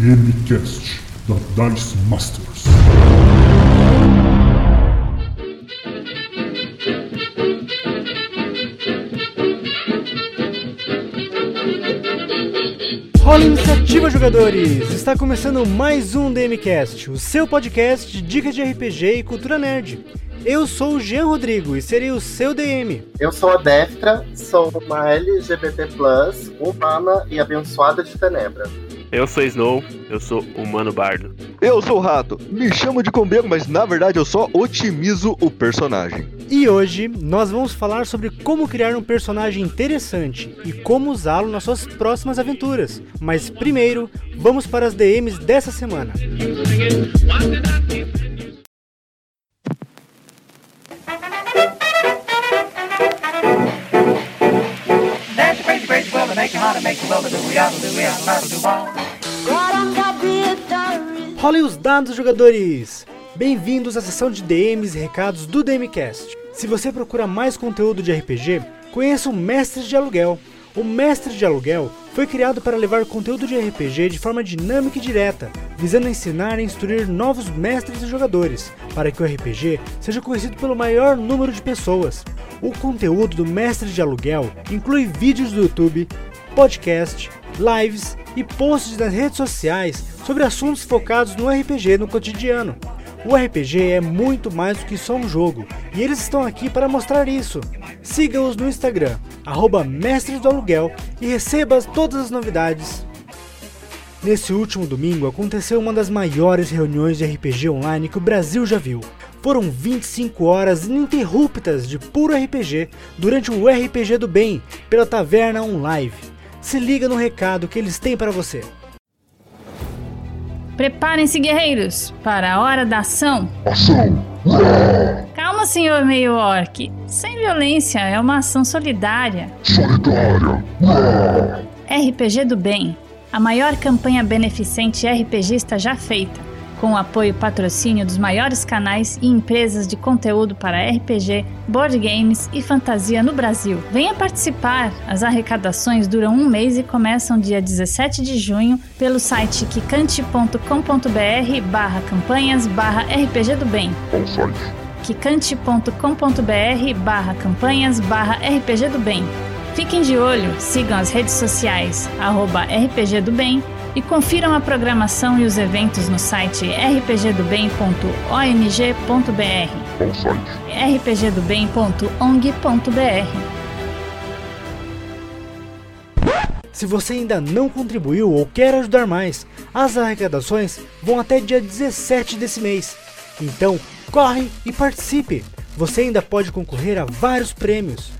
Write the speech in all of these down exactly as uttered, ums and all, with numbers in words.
DMcast da Dice Masters. Rola iniciativa, jogadores! Está começando mais um DMcast, o seu podcast de dicas de R P G e cultura nerd. Eu sou o Jean Rodrigo e serei o seu D M. Eu sou a Deftra, sou uma L G B T plus, humana e abençoada de Tenebra. Eu sou Snow, eu sou humano bardo. Eu sou o Rato, me chamo de Combeiro, mas na verdade eu só otimizo o personagem. E hoje nós vamos falar sobre como criar um personagem interessante e como usá-lo nas suas próximas aventuras. Mas primeiro, vamos para as D Ms dessa semana. Rolem os dados, jogadores! Bem-vindos à sessão de D Ms e recados do DMcast. Se você procura mais conteúdo de R P G, conheça o Mestres de Aluguel. O Mestre de Aluguel foi criado para levar conteúdo de R P G de forma dinâmica e direta, visando ensinar e instruir novos mestres e jogadores, para que o R P G seja conhecido pelo maior número de pessoas. O conteúdo do Mestre de Aluguel inclui vídeos do YouTube, podcast, lives e posts nas redes sociais sobre assuntos focados no R P G no cotidiano. O R P G é muito mais do que só um jogo, e eles estão aqui para mostrar isso. Siga-os no Instagram, arroba Mestres do Aluguel, e receba todas as novidades. Nesse último domingo aconteceu uma das maiores reuniões de R P G online que o Brasil já viu. Foram vinte e cinco horas ininterruptas de puro R P G durante o R P G do Bem, pela Taverna On Live. Se liga no recado que eles têm para você. Preparem-se, guerreiros, para a hora da ação. Ação! Calma, senhor meio orc. Sem violência, é uma ação solidária. Solidária! R P G do Bem, a maior campanha beneficente RPGista já feita, com o apoio e patrocínio dos maiores canais e empresas de conteúdo para R P G, board games e fantasia no Brasil. Venha participar! As arrecadações duram um mês e começam dia dezessete de junho pelo site kikante.com.br barra campanhas barra RPG do Bem. Qual site? kikante.com.br barra campanhas barra RPG do Bem. Fiquem de olho, sigam as redes sociais, arroba R P G do Bem, e confiram a programação e os eventos no site r p g do bem ponto o n g ponto b r, Qual site? r p g do bem ponto o n g ponto b r. Se você ainda não contribuiu ou quer ajudar mais, as arrecadações vão até dia dezessete desse mês. Então, corre e participe! Você ainda pode concorrer a vários prêmios.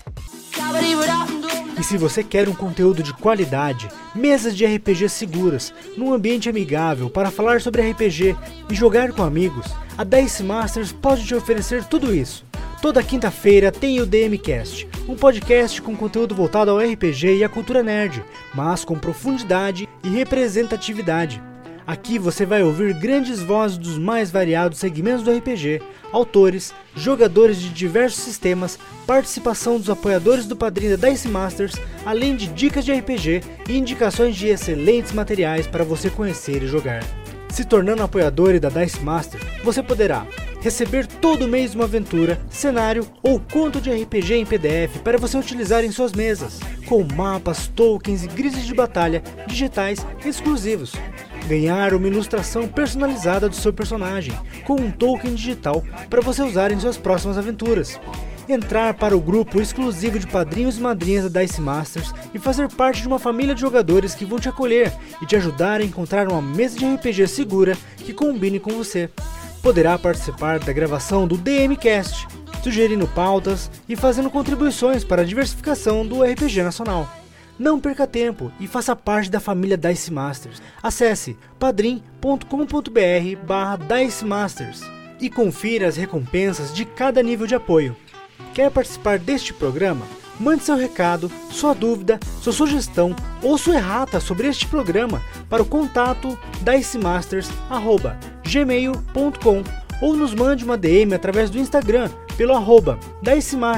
E se você quer um conteúdo de qualidade, mesas de R P G seguras, num ambiente amigável para falar sobre R P G e jogar com amigos, a Dice Masters pode te oferecer tudo isso. Toda quinta-feira tem o DMcast, um podcast com conteúdo voltado ao R P G e à cultura nerd, mas com profundidade e representatividade. Aqui você vai ouvir grandes vozes dos mais variados segmentos do R P G, autores, jogadores de diversos sistemas, participação dos apoiadores do Padrinho da Dice Masters, além de dicas de R P G e indicações de excelentes materiais para você conhecer e jogar. Se tornando apoiador da Dice Masters, você poderá receber todo mês uma aventura, cenário ou conto de R P G em P D F para você utilizar em suas mesas, com mapas, tokens e grises de batalha digitais exclusivos. Ganhar uma ilustração personalizada do seu personagem, com um token digital para você usar em suas próximas aventuras. Entrar para o grupo exclusivo de padrinhos e madrinhas da Dice Masters e fazer parte de uma família de jogadores que vão te acolher e te ajudar a encontrar uma mesa de R P G segura que combine com você. Poderá participar da gravação do DMcast, sugerindo pautas e fazendo contribuições para a diversificação do R P G nacional. Não perca tempo e faça parte da família Dice Masters. Acesse padrim ponto com ponto b r barra Dice Masters e confira as recompensas de cada nível de apoio. Quer participar deste programa? Mande seu recado, sua dúvida, sua sugestão ou sua errata sobre este programa para o contato dicemasters arroba gmail ponto com ou nos mande uma D M através do Instagram pelo arroba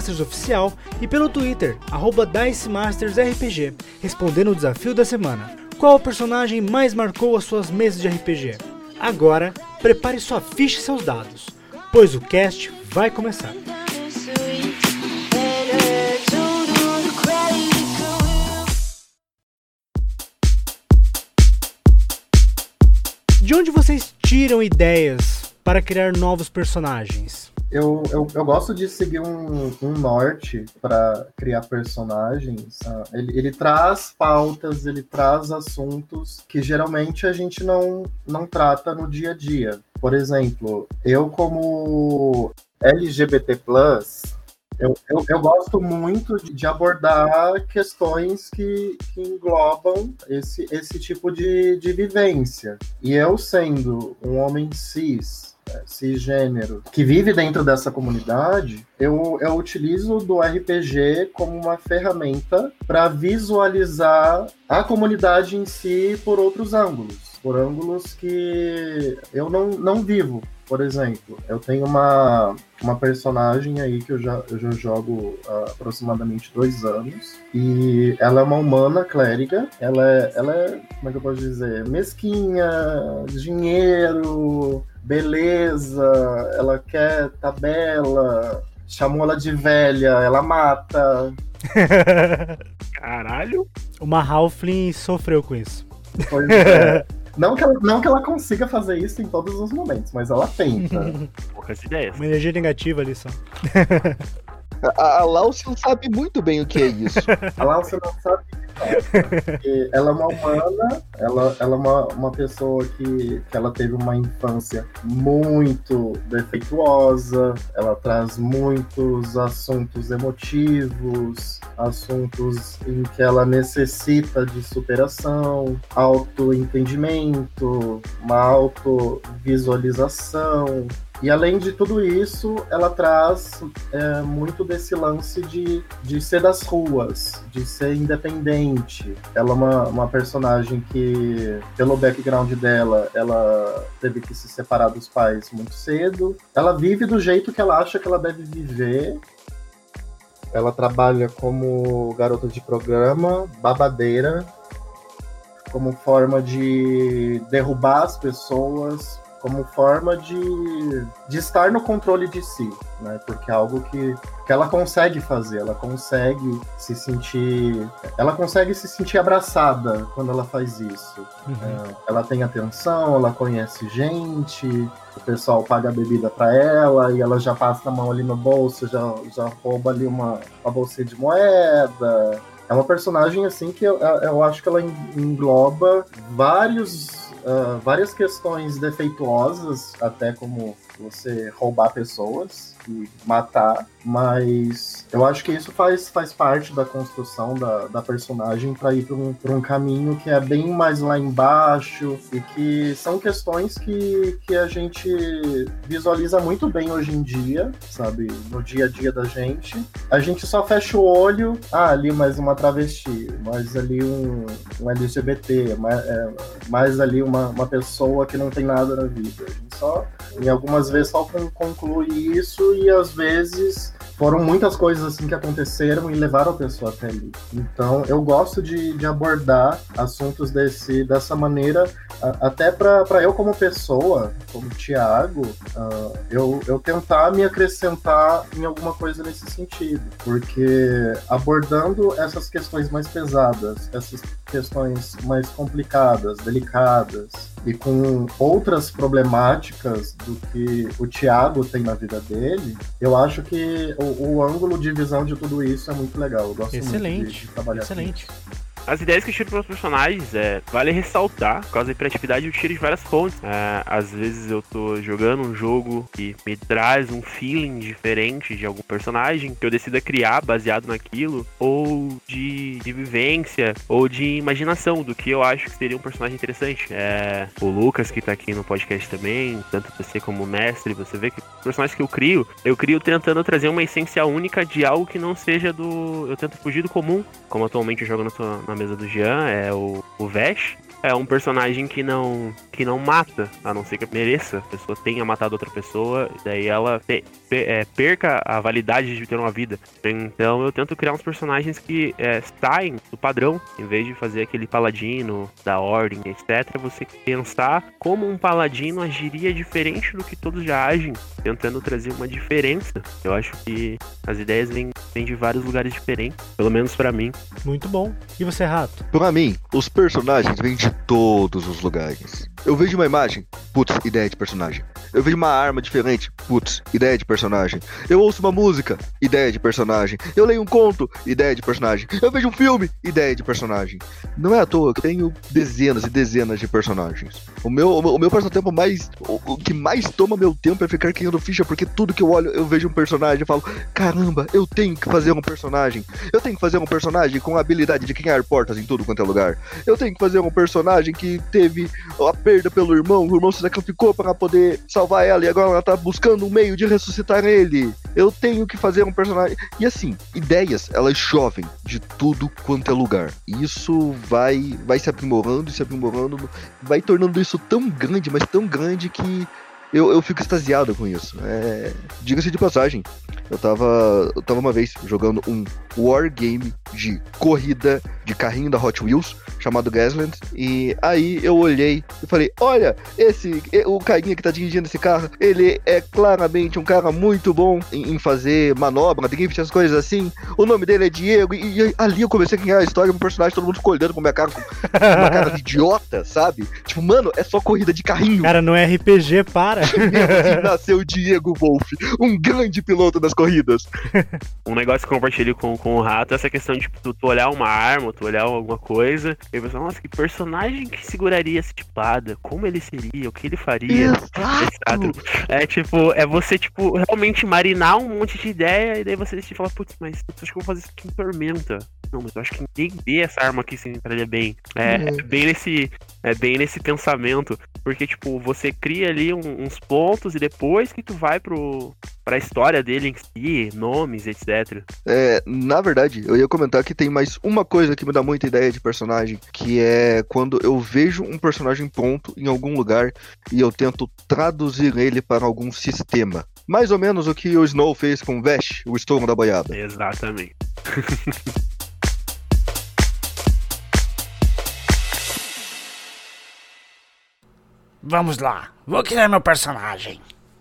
DiceMastersOficial e pelo Twitter, arroba DiceMastersRPG, respondendo o desafio da semana. Qual o personagem mais marcou as suas mesas de R P G? Agora, prepare sua ficha e seus dados, pois o cast vai começar. De onde vocês tiram ideias para criar novos personagens? Eu, eu, eu gosto de seguir um, um norte para criar personagens. Ah, ele, ele traz pautas, ele traz assuntos que geralmente a gente não, não trata no dia a dia. Por exemplo, eu como L G B T plus, eu, eu, eu gosto muito de abordar questões que, que englobam esse, esse tipo de, de vivência. E eu sendo um homem cis, cisgênero, que vive dentro dessa comunidade, eu, eu utilizo do R P G como uma ferramenta para visualizar a comunidade em si por outros ângulos, por ângulos que eu não, não vivo. Por exemplo, eu tenho uma, uma personagem aí que eu já, eu já jogo há aproximadamente dois anos, e ela é uma humana clériga, ela é, ela é, como é que eu posso dizer, mesquinha, dinheiro, beleza, ela quer tabela, chamou ela de velha, ela mata. Caralho. Uma Halfling sofreu com isso. Pois é. Não que, ela, não que ela consiga fazer isso em todos os momentos, mas ela tenta. Poucas ideias. Uma energia negativa ali só. A, a Láucia sabe muito bem o que é isso. A Láucia não sabe o que faz. Ela é uma humana, ela, ela é uma, uma pessoa que, que ela teve uma infância muito defeituosa, ela traz muitos assuntos emotivos, assuntos em que ela necessita de superação, autoentendimento, uma autovisualização. E além de tudo isso, ela traz é, muito desse lance de, de ser das ruas, de ser independente. Ela é uma, uma personagem que, pelo background dela, ela teve que se separar dos pais muito cedo. Ela vive do jeito que ela acha que ela deve viver. Ela trabalha como garota de programa, babadeira, como forma de derrubar as pessoas, como forma de, de estar no controle de si, né? Porque é algo que, que ela consegue fazer, ela consegue se sentir, ela consegue se sentir abraçada quando ela faz isso. Uhum. É, ela tem atenção, ela conhece gente, o pessoal paga a bebida para ela e ela já passa a mão ali no bolso, já, já rouba ali uma, uma bolsinha de moeda. É uma personagem assim que eu, eu acho que ela engloba vários Uh, várias questões defeituosas, até como você roubar pessoas e matar, mas eu acho que isso faz, faz parte da construção da, da personagem para ir para um, um caminho que é bem mais lá embaixo e que são questões que, que a gente visualiza muito bem hoje em dia, sabe, no dia a dia da gente. A gente só fecha o olho, ah, ali mais uma travesti, mais ali um, um L G B T, mais, é, mais ali uma, uma pessoa que não tem nada na vida. A gente só, em algumas vezes, só conclui isso e às vezes foram muitas coisas assim que aconteceram e levaram a pessoa até ali. Então eu gosto de, de abordar assuntos desse, dessa maneira, a, até para eu como pessoa, como Thiago, uh, eu, eu tentar me acrescentar em alguma coisa nesse sentido, porque abordando essas questões mais pesadas, essas questões mais complicadas, delicadas, e com outras problemáticas do que o Thiago tem na vida dele, eu acho que o, o ângulo de visão de tudo isso é muito legal. Eu gosto excelente, muito de, de trabalhar excelente. com isso. As ideias que eu tiro para os personagens, é, vale ressaltar, por causa da hiperatividade eu tiro de várias fontes. É, às vezes eu tô jogando um jogo que me traz um feeling diferente de algum personagem, que eu decida criar baseado naquilo, ou de, de vivência, ou de imaginação, do que eu acho que seria um personagem interessante. É, o Lucas, que tá aqui no podcast também, tanto você como mestre, você vê que os personagens que eu crio, eu crio tentando trazer uma essência única de algo que não seja do... Eu tento fugir do comum, como atualmente eu jogo na, tua, na mesa do Jean, é o, o Vesh. é um personagem que não, que não mata, a não ser que mereça, a pessoa tenha matado outra pessoa, e daí ela te, per, é, perca a validade de ter uma vida. Então eu tento criar uns personagens que é, saem do padrão, em vez de fazer aquele paladino da ordem, etcétera. Você pensar como um paladino agiria diferente do que todos já agem, tentando trazer uma diferença. Eu acho que as ideias vêm, vêm de vários lugares diferentes, pelo menos pra mim. Muito bom. E você, Rato? Pra mim, os personagens vêm de todos os lugares. Eu vejo uma imagem, putz, ideia de personagem. Eu vejo uma arma diferente, putz, ideia de personagem. Eu ouço uma música, ideia de personagem. Eu leio um conto, ideia de personagem. Eu vejo um filme, ideia de personagem. Não é à toa que eu tenho dezenas e dezenas de personagens. O meu, o meu passatempo mais... O, o que mais toma meu tempo é ficar criando ficha, porque tudo que eu olho, eu vejo um personagem e falo, caramba, eu tenho que fazer um personagem. Eu tenho que fazer um personagem com a habilidade de criar portas em tudo quanto é lugar. Eu tenho que fazer um personagem que teve a perda pelo irmão, o irmão se sacrificou para poder salvar ela e agora ela tá buscando um meio de ressuscitar ele. Eu tenho que fazer um personagem... E assim, ideias, elas chovem de tudo quanto é lugar. E isso vai, vai se aprimorando e se aprimorando, vai tornando isso tão grande, mas tão grande que eu, eu fico extasiado com isso. É... Diga-se de passagem, eu tava, eu tava uma vez jogando um wargame de corrida de carrinho da Hot Wheels, chamado Gasland, e aí eu olhei e falei, olha, esse, o carinha que tá dirigindo esse carro, ele é claramente um cara muito bom em, em fazer manobra, drift, essas coisas assim, o nome dele é Diego, e, e ali eu comecei a criar a história de um personagem, todo mundo ficou olhando com minha cara, com uma cara de idiota, sabe? Tipo, mano, é só corrida de carrinho. Cara, não é R P G, para. E nasceu o Diego Wolf, um grande piloto das corridas. Um negócio que eu compartilho com, com o Rato é essa questão de tipo, tu, tu olhar uma arma, tu olhar alguma coisa, e pensar, nossa, que personagem que seguraria essa espada, como ele seria, o que ele faria. Exato. É tipo, é você, tipo, realmente marinar um monte de ideia, e daí você decide falar, putz, mas eu acho que eu vou fazer isso aqui em Tormenta. Não, mas eu acho que em D and D essa arma aqui se entraria bem. É, uhum. é bem nesse. É bem nesse pensamento. Porque, tipo, você cria ali um, uns pontos e depois que tu vai pro, pra história dele em si, nomes, etcétera. É, na verdade, eu ia comentar que tem mais uma coisa que me dá muita ideia de personagem, que é quando eu vejo um personagem pronto em algum lugar e eu tento traduzir ele para algum sistema. Mais ou menos o que o Snow fez com o Vesh, o Estormo da Boiada. Exatamente. Vamos lá, vou criar meu personagem.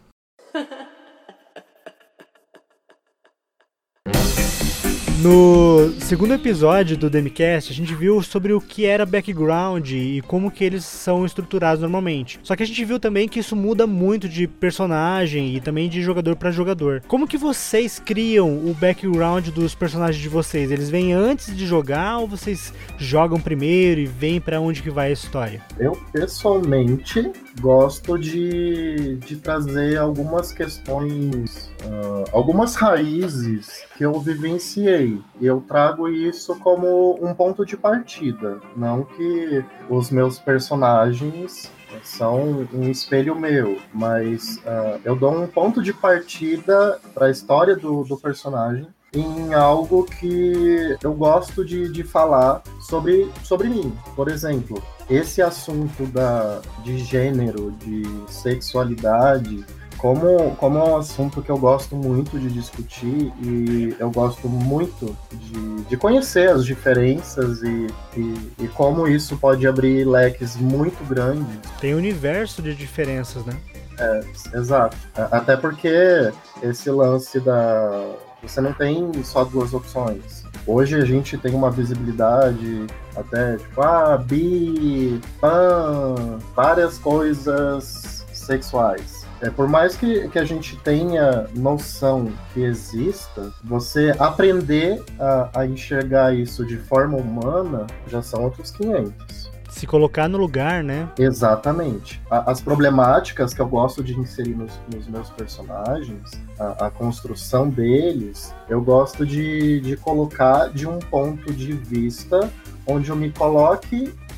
No segundo episódio do Demicast, a gente viu sobre o que era background e como que eles são estruturados normalmente. Só que a gente viu também que isso muda muito de personagem e também de jogador para jogador. Como que vocês criam o background dos personagens de vocês? Eles vêm antes de jogar ou vocês jogam primeiro e veem para onde que vai a história? Eu, pessoalmente, gosto de, de trazer algumas questões, uh, algumas raízes que eu vivenciei. Eu trago isso como um ponto de partida, não que os meus personagens são um espelho meu, mas uh, eu dou um ponto de partida para a história do, do personagem em algo que eu gosto de, de falar sobre, sobre mim. Por exemplo, esse assunto da, de gênero, de sexualidade, Como, como é um assunto que eu gosto muito de discutir e eu gosto muito de, de conhecer as diferenças e, e, e como isso pode abrir leques muito grandes. Tem um universo de diferenças, né? É, exato. Até porque esse lance da... Você não tem só duas opções. Hoje a gente tem uma visibilidade até, tipo, ah, bi, pan, várias coisas sexuais. É, por mais que, que a gente tenha noção que exista, você aprender a, a enxergar isso de forma humana já são outros quinhentos. Se colocar no lugar, né? Exatamente. A, as problemáticas que eu gosto de inserir nos, nos meus personagens, a, a construção deles, eu gosto de, de colocar de um ponto de vista onde eu me coloque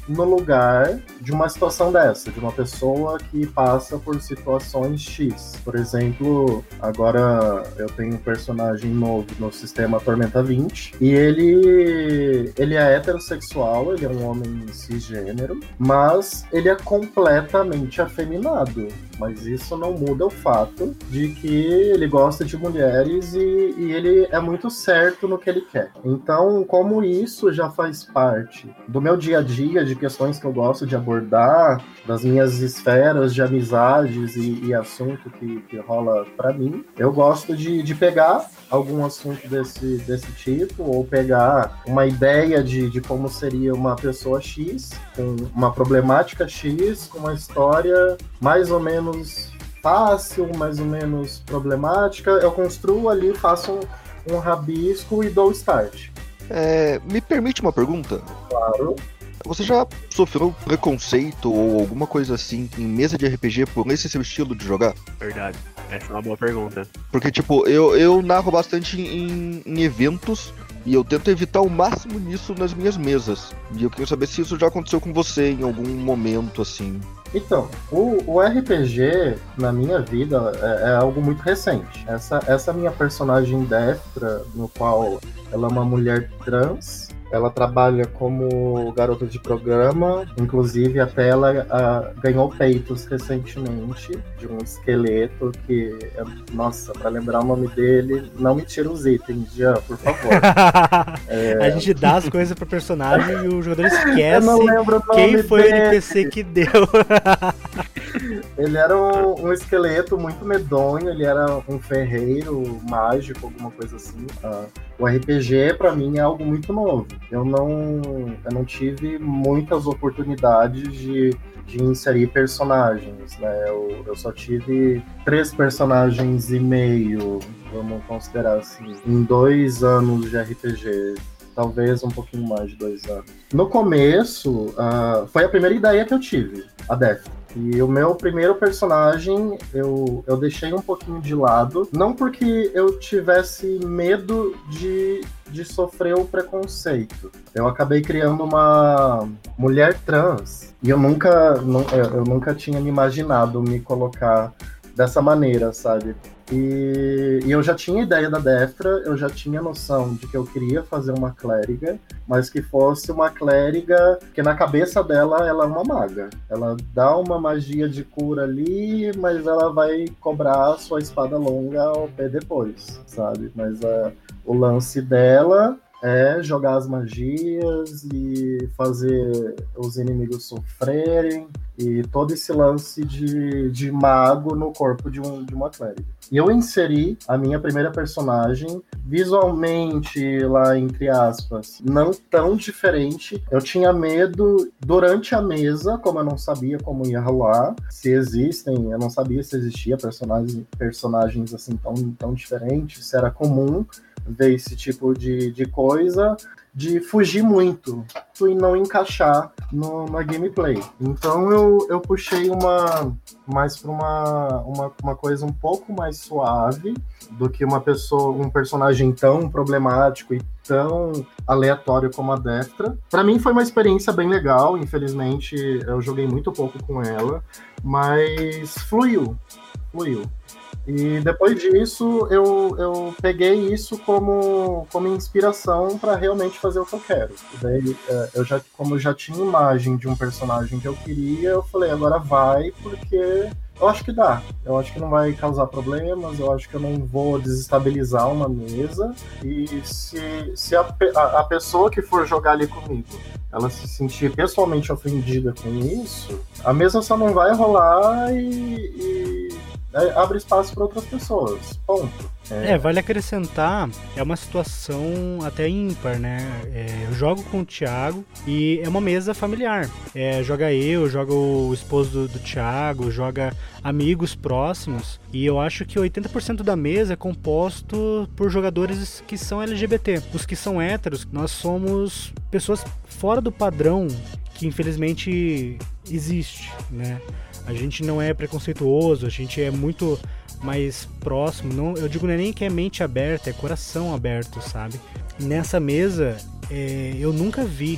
no lugar de uma situação dessa, de uma pessoa que passa por situações X. Por exemplo, agora eu tenho um personagem novo no sistema Tormenta vinte, e ele, ele é heterossexual, ele é um homem cisgênero, mas ele é completamente afeminado. Mas isso não muda o fato de que ele gosta de mulheres e, e ele é muito certo no que ele quer. Então, como isso já faz parte do meu dia a dia, de questões que eu gosto de abordar, das minhas esferas de amizades e, e assunto que, que rola pra mim, eu gosto de, de pegar algum assunto desse, desse tipo, ou pegar uma ideia de, de como seria uma pessoa X, com uma problemática X, com uma história mais ou menos fácil, mais ou menos problemática. Eu construo ali, faço um, um rabisco e dou start. É, me permite uma pergunta? Claro. Você já sofreu preconceito ou alguma coisa assim em mesa de R P G por esse seu estilo de jogar? Verdade. Essa é uma boa pergunta. Porque, tipo, eu, eu narro bastante em, em eventos e eu tento evitar o máximo nisso nas minhas mesas. E eu queria saber se isso já aconteceu com você em algum momento, assim. Então, o, o R P G, na minha vida, é, é algo muito recente. Essa, essa minha personagem Deftra, no qual ela é uma mulher trans, ela trabalha como garota de programa, inclusive até ela a, ganhou peitos recentemente de um esqueleto que, é, nossa, pra lembrar o nome dele, não me tira os itens, Jean, por favor. É... A gente dá as coisas pro personagem e o jogador esquece quem foi dele. o N P C que deu. Ele era um, um esqueleto muito medonho, ele era um ferreiro mágico, alguma coisa assim. Uh, o R P G, pra mim, é algo muito novo. Eu não, eu não tive muitas oportunidades de, de inserir personagens, né? Eu, eu só tive três personagens e meio, vamos considerar assim, em dois anos de R P G. Talvez um pouquinho mais de dois anos. No começo, uh, foi a primeira ideia que eu tive, a Deftra. E o meu primeiro personagem, eu, eu deixei um pouquinho de lado, não porque eu tivesse medo de, de sofrer o preconceito. Eu acabei criando uma mulher trans, e eu nunca, não, eu nunca tinha me imaginado me colocar dessa maneira, sabe? E, e eu já tinha ideia da Deftra, eu já tinha noção de que eu queria fazer uma clériga, mas que fosse uma clériga que na cabeça dela ela é uma maga. Ela dá uma magia de cura ali, mas ela vai cobrar a sua espada longa ao pé depois, sabe? Mas uh, o lance dela é jogar as magias e fazer os inimigos sofrerem, e todo esse lance de, de mago no corpo de, um, de uma clériga. E eu inseri a minha primeira personagem visualmente, lá entre aspas, não tão diferente. Eu tinha medo durante a mesa, como eu não sabia como ia rolar, se existem, eu não sabia se existia personagens, personagens assim tão, tão diferentes, se era comum ver esse tipo de, de coisa, de fugir muito e não encaixar no, na gameplay. Então eu, eu puxei uma mais para uma, uma, uma coisa um pouco mais suave do que uma pessoa, um personagem tão problemático e tão aleatório como a Deftra. Para mim foi uma experiência bem legal, infelizmente eu joguei muito pouco com ela, mas fluiu, fluiu. E depois disso, eu, eu peguei isso como, como inspiração para realmente fazer o que eu quero. E daí, eu já, como eu já tinha imagem de um personagem que eu queria, eu falei, agora vai, porque eu acho que dá. Eu acho que não vai causar problemas, eu acho que eu não vou desestabilizar uma mesa. E se, se a, a, a pessoa que for jogar ali comigo, ela se sentir pessoalmente ofendida com isso, a mesa só não vai rolar e... e abre espaço para outras pessoas, ponto. É. é, vale acrescentar, é uma situação até ímpar, né? É, eu jogo com o Thiago e é uma mesa familiar. É, joga eu, joga o esposo do, do Thiago, joga amigos próximos. E eu acho que oitenta por cento da mesa é composto por jogadores que são L G B T. Os que são héteros, nós somos pessoas fora do padrão que infelizmente existe, né? A gente não é preconceituoso, a gente é muito mais próximo. Não, eu digo não é nem que é mente aberta, é coração aberto, sabe? Nessa mesa, é, eu nunca vi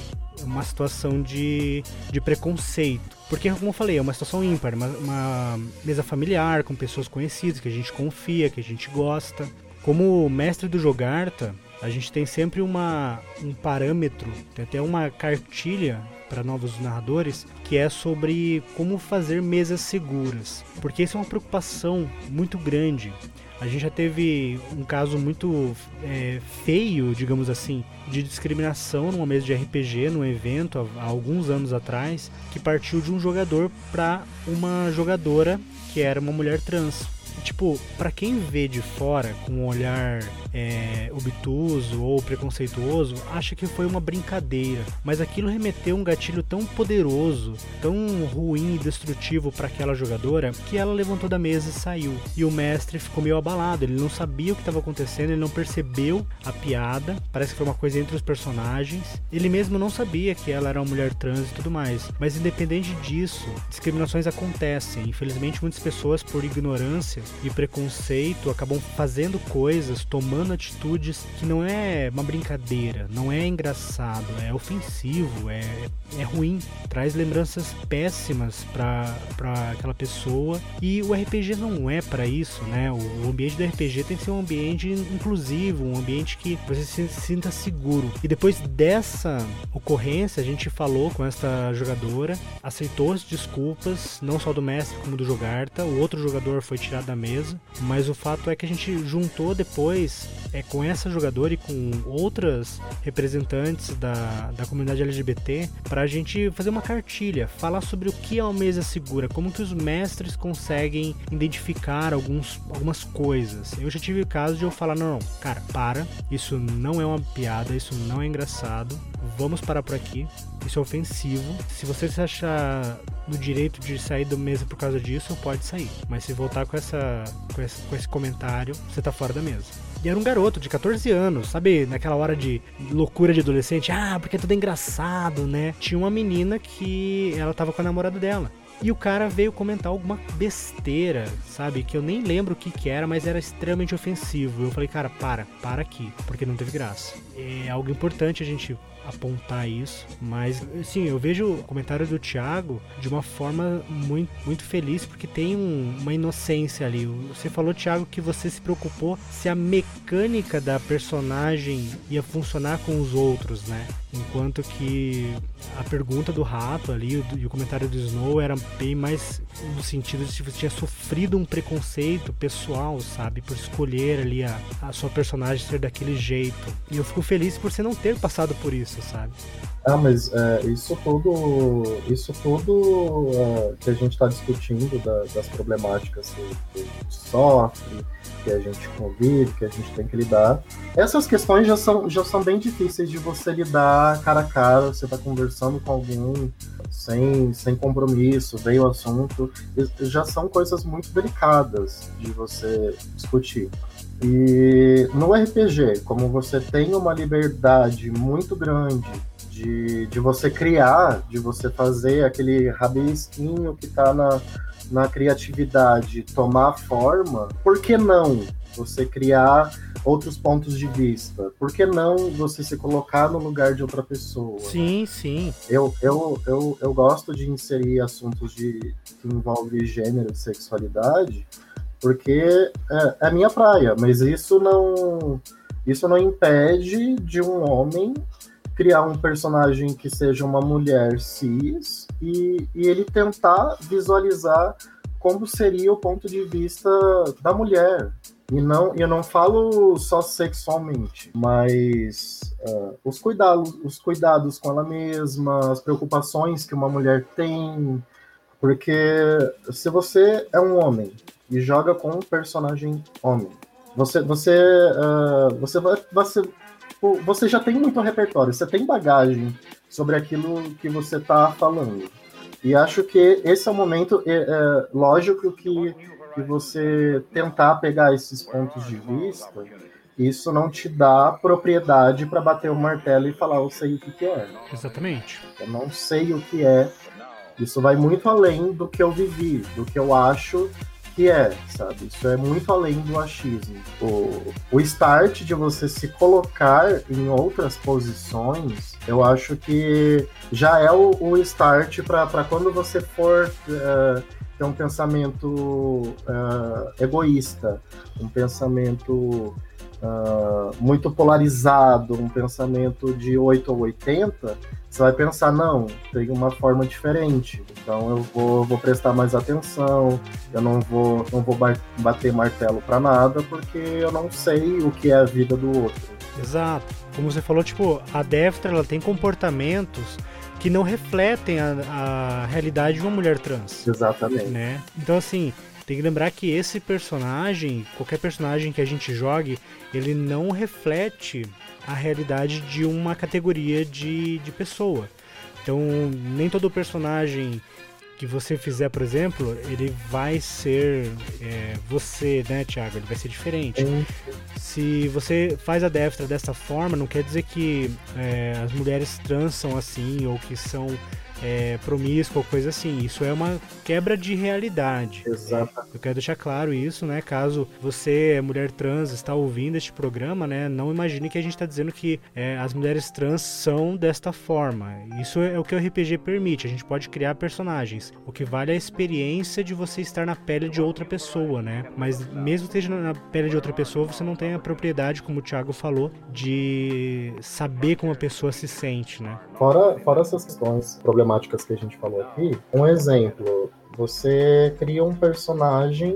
uma situação de, de preconceito. Porque, como eu falei, é uma situação ímpar, uma, uma mesa familiar com pessoas conhecidas, que a gente confia, que a gente gosta. Como mestre do Jogarta, a gente tem sempre uma, um parâmetro, tem até uma cartilha para novos narradores, que é sobre como fazer mesas seguras. Porque isso é uma preocupação muito grande. A gente já teve um caso muito é, feio, digamos assim, de discriminação numa mesa de R P G, num evento, há, há alguns anos atrás, que partiu de um jogador para uma jogadora que era uma mulher trans. Tipo, pra quem vê de fora com um olhar é, obtuso ou preconceituoso, acha que foi uma brincadeira, mas aquilo remeteu um gatilho tão poderoso, tão ruim e destrutivo para aquela jogadora, que ela levantou da mesa e saiu. E o mestre ficou meio abalado, ele não sabia o que estava acontecendo, ele não percebeu a piada, parece que foi uma coisa entre os personagens, ele mesmo não sabia que ela era uma mulher trans e tudo mais, mas independente disso, discriminações acontecem. Infelizmente muitas pessoas, por ignorância e preconceito, acabam fazendo coisas, tomando atitudes que não é uma brincadeira, não é engraçado, é ofensivo, é, é ruim, traz lembranças péssimas pra, pra aquela pessoa. E o R P G não é pra isso, né? O, o ambiente do R P G tem que ser um ambiente inclusivo, um ambiente que você se sinta seguro. E depois dessa ocorrência, a gente falou com essa jogadora, aceitou as desculpas, não só do mestre como do Jogarta. O outro jogador foi tirado da mesa, mas o fato é que a gente juntou depois é, com essa jogadora e com outras representantes da, da comunidade L G B T pra gente fazer uma cartilha, falar sobre o que é uma mesa segura, como que os mestres conseguem identificar alguns, algumas coisas. Eu já tive o caso de eu falar, não, não, cara, para, isso não é uma piada, isso não é engraçado, vamos parar por aqui, isso é ofensivo, se você se achar no direito de sair da mesa por causa disso, pode sair, mas se voltar com, essa, com, esse, com esse comentário, você tá fora da mesa. E era um garoto de catorze anos, sabe, naquela hora de loucura de adolescente, ah, porque é tudo engraçado, né? Tinha uma menina que ela tava com a namorada dela. E o cara veio comentar alguma besteira, sabe? Que eu nem lembro o que que era, mas era extremamente ofensivo. Eu falei, cara, para, para aqui, porque não teve graça. É algo importante a gente apontar isso, mas sim, eu vejo o comentário do Thiago de uma forma muito, muito feliz, porque tem um, uma inocência ali. Você falou, Thiago, que você se preocupou se a mecânica da personagem ia funcionar com os outros, né? Enquanto que a pergunta do Rato ali e o comentário do Snow era bem mais no sentido de se você tinha sofrido um preconceito pessoal, sabe? Por escolher ali a, a sua personagem ser daquele jeito. E eu fico feliz por você não ter passado por isso, sabe? Ah, mas é, isso tudo, isso tudo é, que a gente está discutindo da, das problemáticas que, que a gente sofre, que a gente convive, que a gente tem que lidar, essas questões já são, já são bem difíceis de você lidar cara a cara. Você está conversando com alguém sem, sem compromisso, veio o assunto, já são coisas muito delicadas de você discutir. E no R P G, como você tem uma liberdade muito grande de, de você criar, de você fazer aquele rabisquinho que está na, na criatividade tomar forma, por que não você criar outros pontos de vista? Por que não você se colocar no lugar de outra pessoa? Sim, sim. Eu, eu, eu, eu gosto de inserir assuntos de, que envolvem gênero e sexualidade, porque é, é minha praia, mas isso não, isso não impede de um homem criar um personagem que seja uma mulher cis e, e ele tentar visualizar como seria o ponto de vista da mulher. E não, eu não falo só sexualmente, mas uh, os, cuidados, os cuidados com ela mesma, as preocupações que uma mulher tem. Porque se você é um homem e joga com um personagem homem, você, você, uh, você, vai, você, você já tem muito repertório, você tem bagagem sobre aquilo que você está falando. E acho que esse é o momento, é, é lógico que, que você tentar pegar esses pontos de vista, isso não te dá propriedade para bater o martelo e falar, eu sei o que, que é. Exatamente. Eu não sei o que é. Isso vai muito além do que eu vivi, do que eu acho que é, sabe? Isso é muito além do achismo. O, o start de você se colocar em outras posições, eu acho que já é o, o start para quando você for uh, ter um pensamento uh, egoísta, um pensamento uh, muito polarizado, um pensamento de oito ou oitenta, você vai pensar, não, tem uma forma diferente, então eu vou, vou prestar mais atenção, eu não vou, não vou bater martelo para nada, porque eu não sei o que é a vida do outro. Exato. Como você falou, tipo, a Deftra, ela tem comportamentos que não refletem a, a realidade de uma mulher trans. Exatamente. Né? Então, assim, tem que lembrar que esse personagem, qualquer personagem que a gente jogue, ele não reflete a realidade de uma categoria de, de pessoa. Então, nem todo personagem que você fizer, por exemplo, ele vai ser é, você, né, Thiago? Ele vai ser diferente. Sim. Se você faz a Deftra dessa forma, não quer dizer que é, as mulheres trans são assim, ou que são é, promíscuas, ou coisa assim. Isso é uma quebra de realidade. Exato. Eu quero deixar claro isso, né? Caso você, é mulher trans, está ouvindo este programa, né? Não imagine que a gente está dizendo que é, as mulheres trans são desta forma. Isso é o que o R P G permite. A gente pode criar personagens. O que vale é a experiência de você estar na pele de outra pessoa, né? Mas mesmo que esteja na pele de outra pessoa, você não tem a propriedade, como o Thiago falou, de saber como a pessoa se sente, né? Fora, fora essas questões problemáticas que a gente falou aqui, um exemplo, você cria um personagem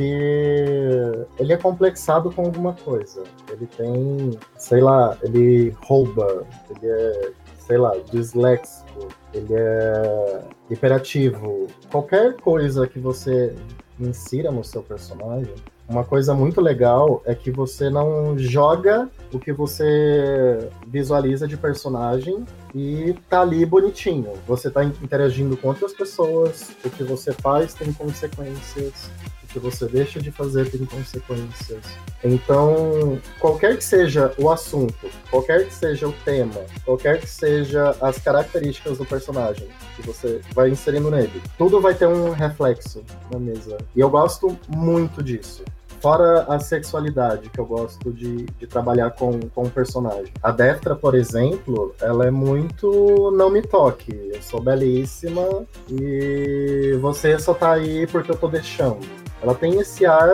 que ele é complexado com alguma coisa. Ele tem, sei lá, ele rouba, ele é, sei lá, disléxico, ele é hiperativo. Qualquer coisa que você insira no seu personagem, uma coisa muito legal é que você não joga o que você visualiza de personagem e tá ali bonitinho. Você tá interagindo com outras pessoas, o que você faz tem consequências, o que você deixa de fazer tem consequências. Então, qualquer que seja o assunto, qualquer que seja o tema, qualquer que seja as características do personagem que você vai inserindo nele, tudo vai ter um reflexo na mesa. E eu gosto muito disso. Fora a sexualidade, que eu gosto de, de trabalhar com, com o personagem. A Deftra, por exemplo, ela é muito não me toque. Eu sou belíssima e você só tá aí porque eu tô deixando. Ela tem esse ar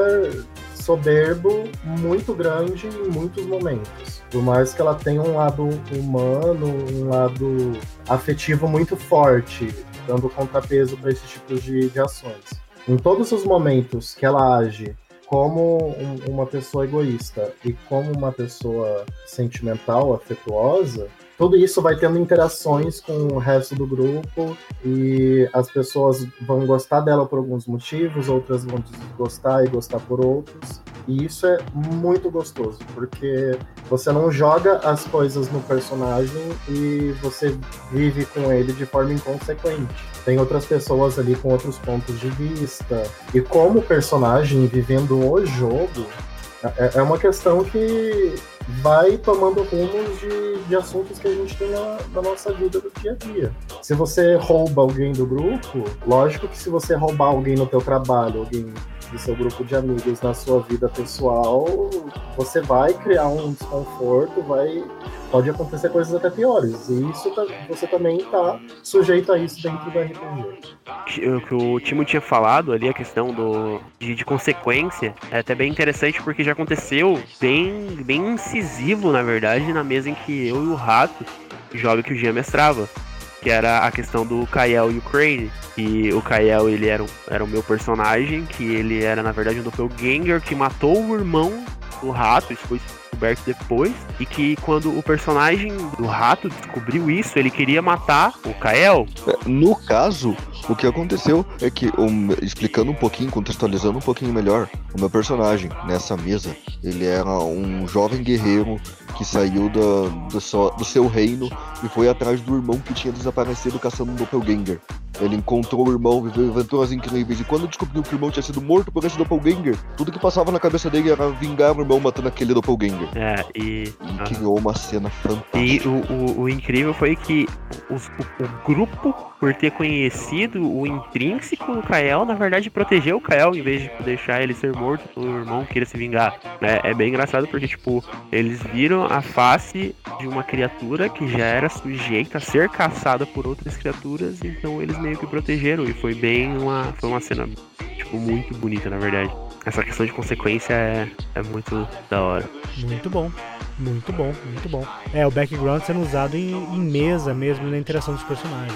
soberbo muito grande em muitos momentos. Por mais que ela tenha um lado humano, um lado afetivo muito forte, dando contrapeso para esses tipos de, de ações. Em todos os momentos que ela age como um, uma pessoa egoísta e como uma pessoa sentimental, afetuosa, tudo isso vai tendo interações com o resto do grupo e as pessoas vão gostar dela por alguns motivos, outras vão desgostar e gostar por outros. E isso é muito gostoso, porque você não joga as coisas no personagem e você vive com ele de forma inconsequente. Tem outras pessoas ali com outros pontos de vista. E como personagem, vivendo o jogo, é uma questão que vai tomando rumos de, de assuntos que a gente tem na, na nossa vida do dia a dia. Se você rouba alguém do grupo, lógico que se você roubar alguém no teu trabalho, alguém do seu grupo de amigos na sua vida pessoal, você vai criar um desconforto, vai, pode acontecer coisas até piores. E isso tá, você também está sujeito a isso dentro do R P G. O que o Timo tinha falado ali, a questão do, de, de consequência, é até bem interessante porque já aconteceu bem, bem incisivo, na verdade, na mesa em que eu e o Rato joga que o Jean mestrava. Que era a questão do Kael e o Crane. E o Kael, ele era, era o meu personagem, que ele era, na verdade, um doppelganger que matou o irmão do Rato, isso foi descoberto depois, e que quando o personagem do Rato descobriu isso, ele queria matar o Kael. No caso, o que aconteceu é que, um, explicando um pouquinho, contextualizando um pouquinho melhor, o meu personagem nessa mesa, ele era um jovem guerreiro que saiu da, do, so, do seu reino e foi atrás do irmão que tinha desaparecido caçando um doppelganger. Ele encontrou o irmão, viveu aventuras incríveis, e quando descobriu que o irmão tinha sido morto por esse doppelganger, tudo que passava na cabeça dele era vingar o irmão matando aquele doppelganger. É, e... E criou uma cena fantástica. E o, o, o incrível foi que os, o, o grupo, por ter conhecido o intrínseco do Kael, na verdade protegeu o Kael em vez de deixar ele ser morto pelo irmão que queira se vingar. É, é bem engraçado porque, tipo, eles viram a face de uma criatura que já era sujeita a ser caçada por outras criaturas, então eles meio que protegeram, e foi bem uma, foi uma cena, tipo, muito bonita, na verdade. Essa questão de consequência é, é muito da hora. Muito bom, muito bom, muito bom. É, o background sendo usado em, em mesa mesmo, na interação dos personagens.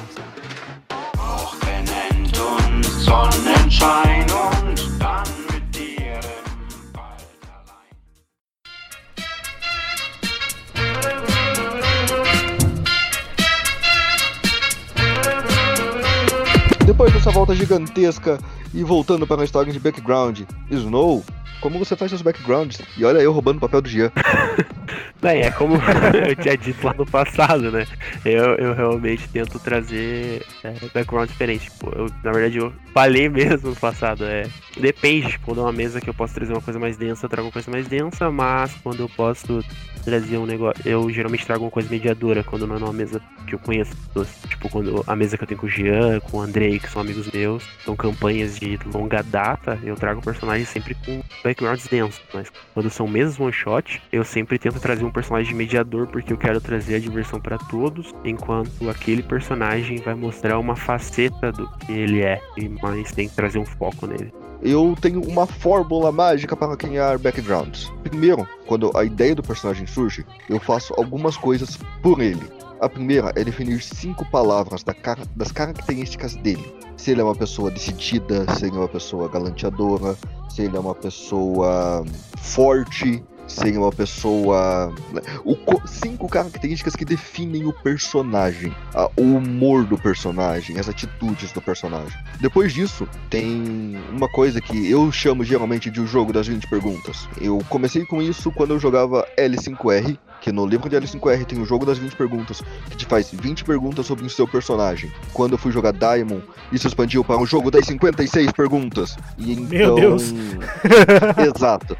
Depois dessa volta gigantesca e voltando para a história de background, Snow, como você faz seus backgrounds? E olha eu roubando o papel do Jean. Bem, é como eu tinha dito lá no passado, né? Eu, eu realmente tento trazer é, background diferente. Tipo, eu, na verdade, eu falei mesmo no passado. É, depende, tipo, quando é uma mesa que eu posso trazer uma coisa mais densa, eu trago uma coisa mais densa, mas quando eu posso trazer um negócio, eu geralmente trago uma coisa mediadora, quando não é uma mesa que eu conheço. Tipo, quando a mesa que eu tenho com o Jean, com o Andrei, que são amigos meus, são campanhas de longa data, eu trago personagens sempre com backgrounds densos. Mas quando são mesas one shot, eu sempre tento trazer um personagem mediador, porque eu quero trazer a diversão pra todos, enquanto aquele personagem vai mostrar uma faceta do que ele é, mas tem que trazer um foco nele. Eu tenho uma fórmula mágica para criar backgrounds. Primeiro, quando a ideia do personagem surge, eu faço algumas coisas por ele. A primeira é definir cinco palavras da car- das características dele. Se ele é uma pessoa decidida, se ele é uma pessoa galanteadora, se ele é uma pessoa forte, se ele é uma pessoa... O co- cinco características que definem o personagem, a, o humor do personagem, as atitudes do personagem. Depois disso, tem uma coisa que eu chamo geralmente de o jogo das vinte perguntas. Eu comecei com isso quando eu jogava L cinco R, que no livro de L cinco R tem o jogo das vinte perguntas, que te faz vinte perguntas sobre o seu personagem. Quando eu fui jogar Diamond, isso expandiu para um jogo das cinquenta e seis perguntas. E então... Meu Deus! Exato.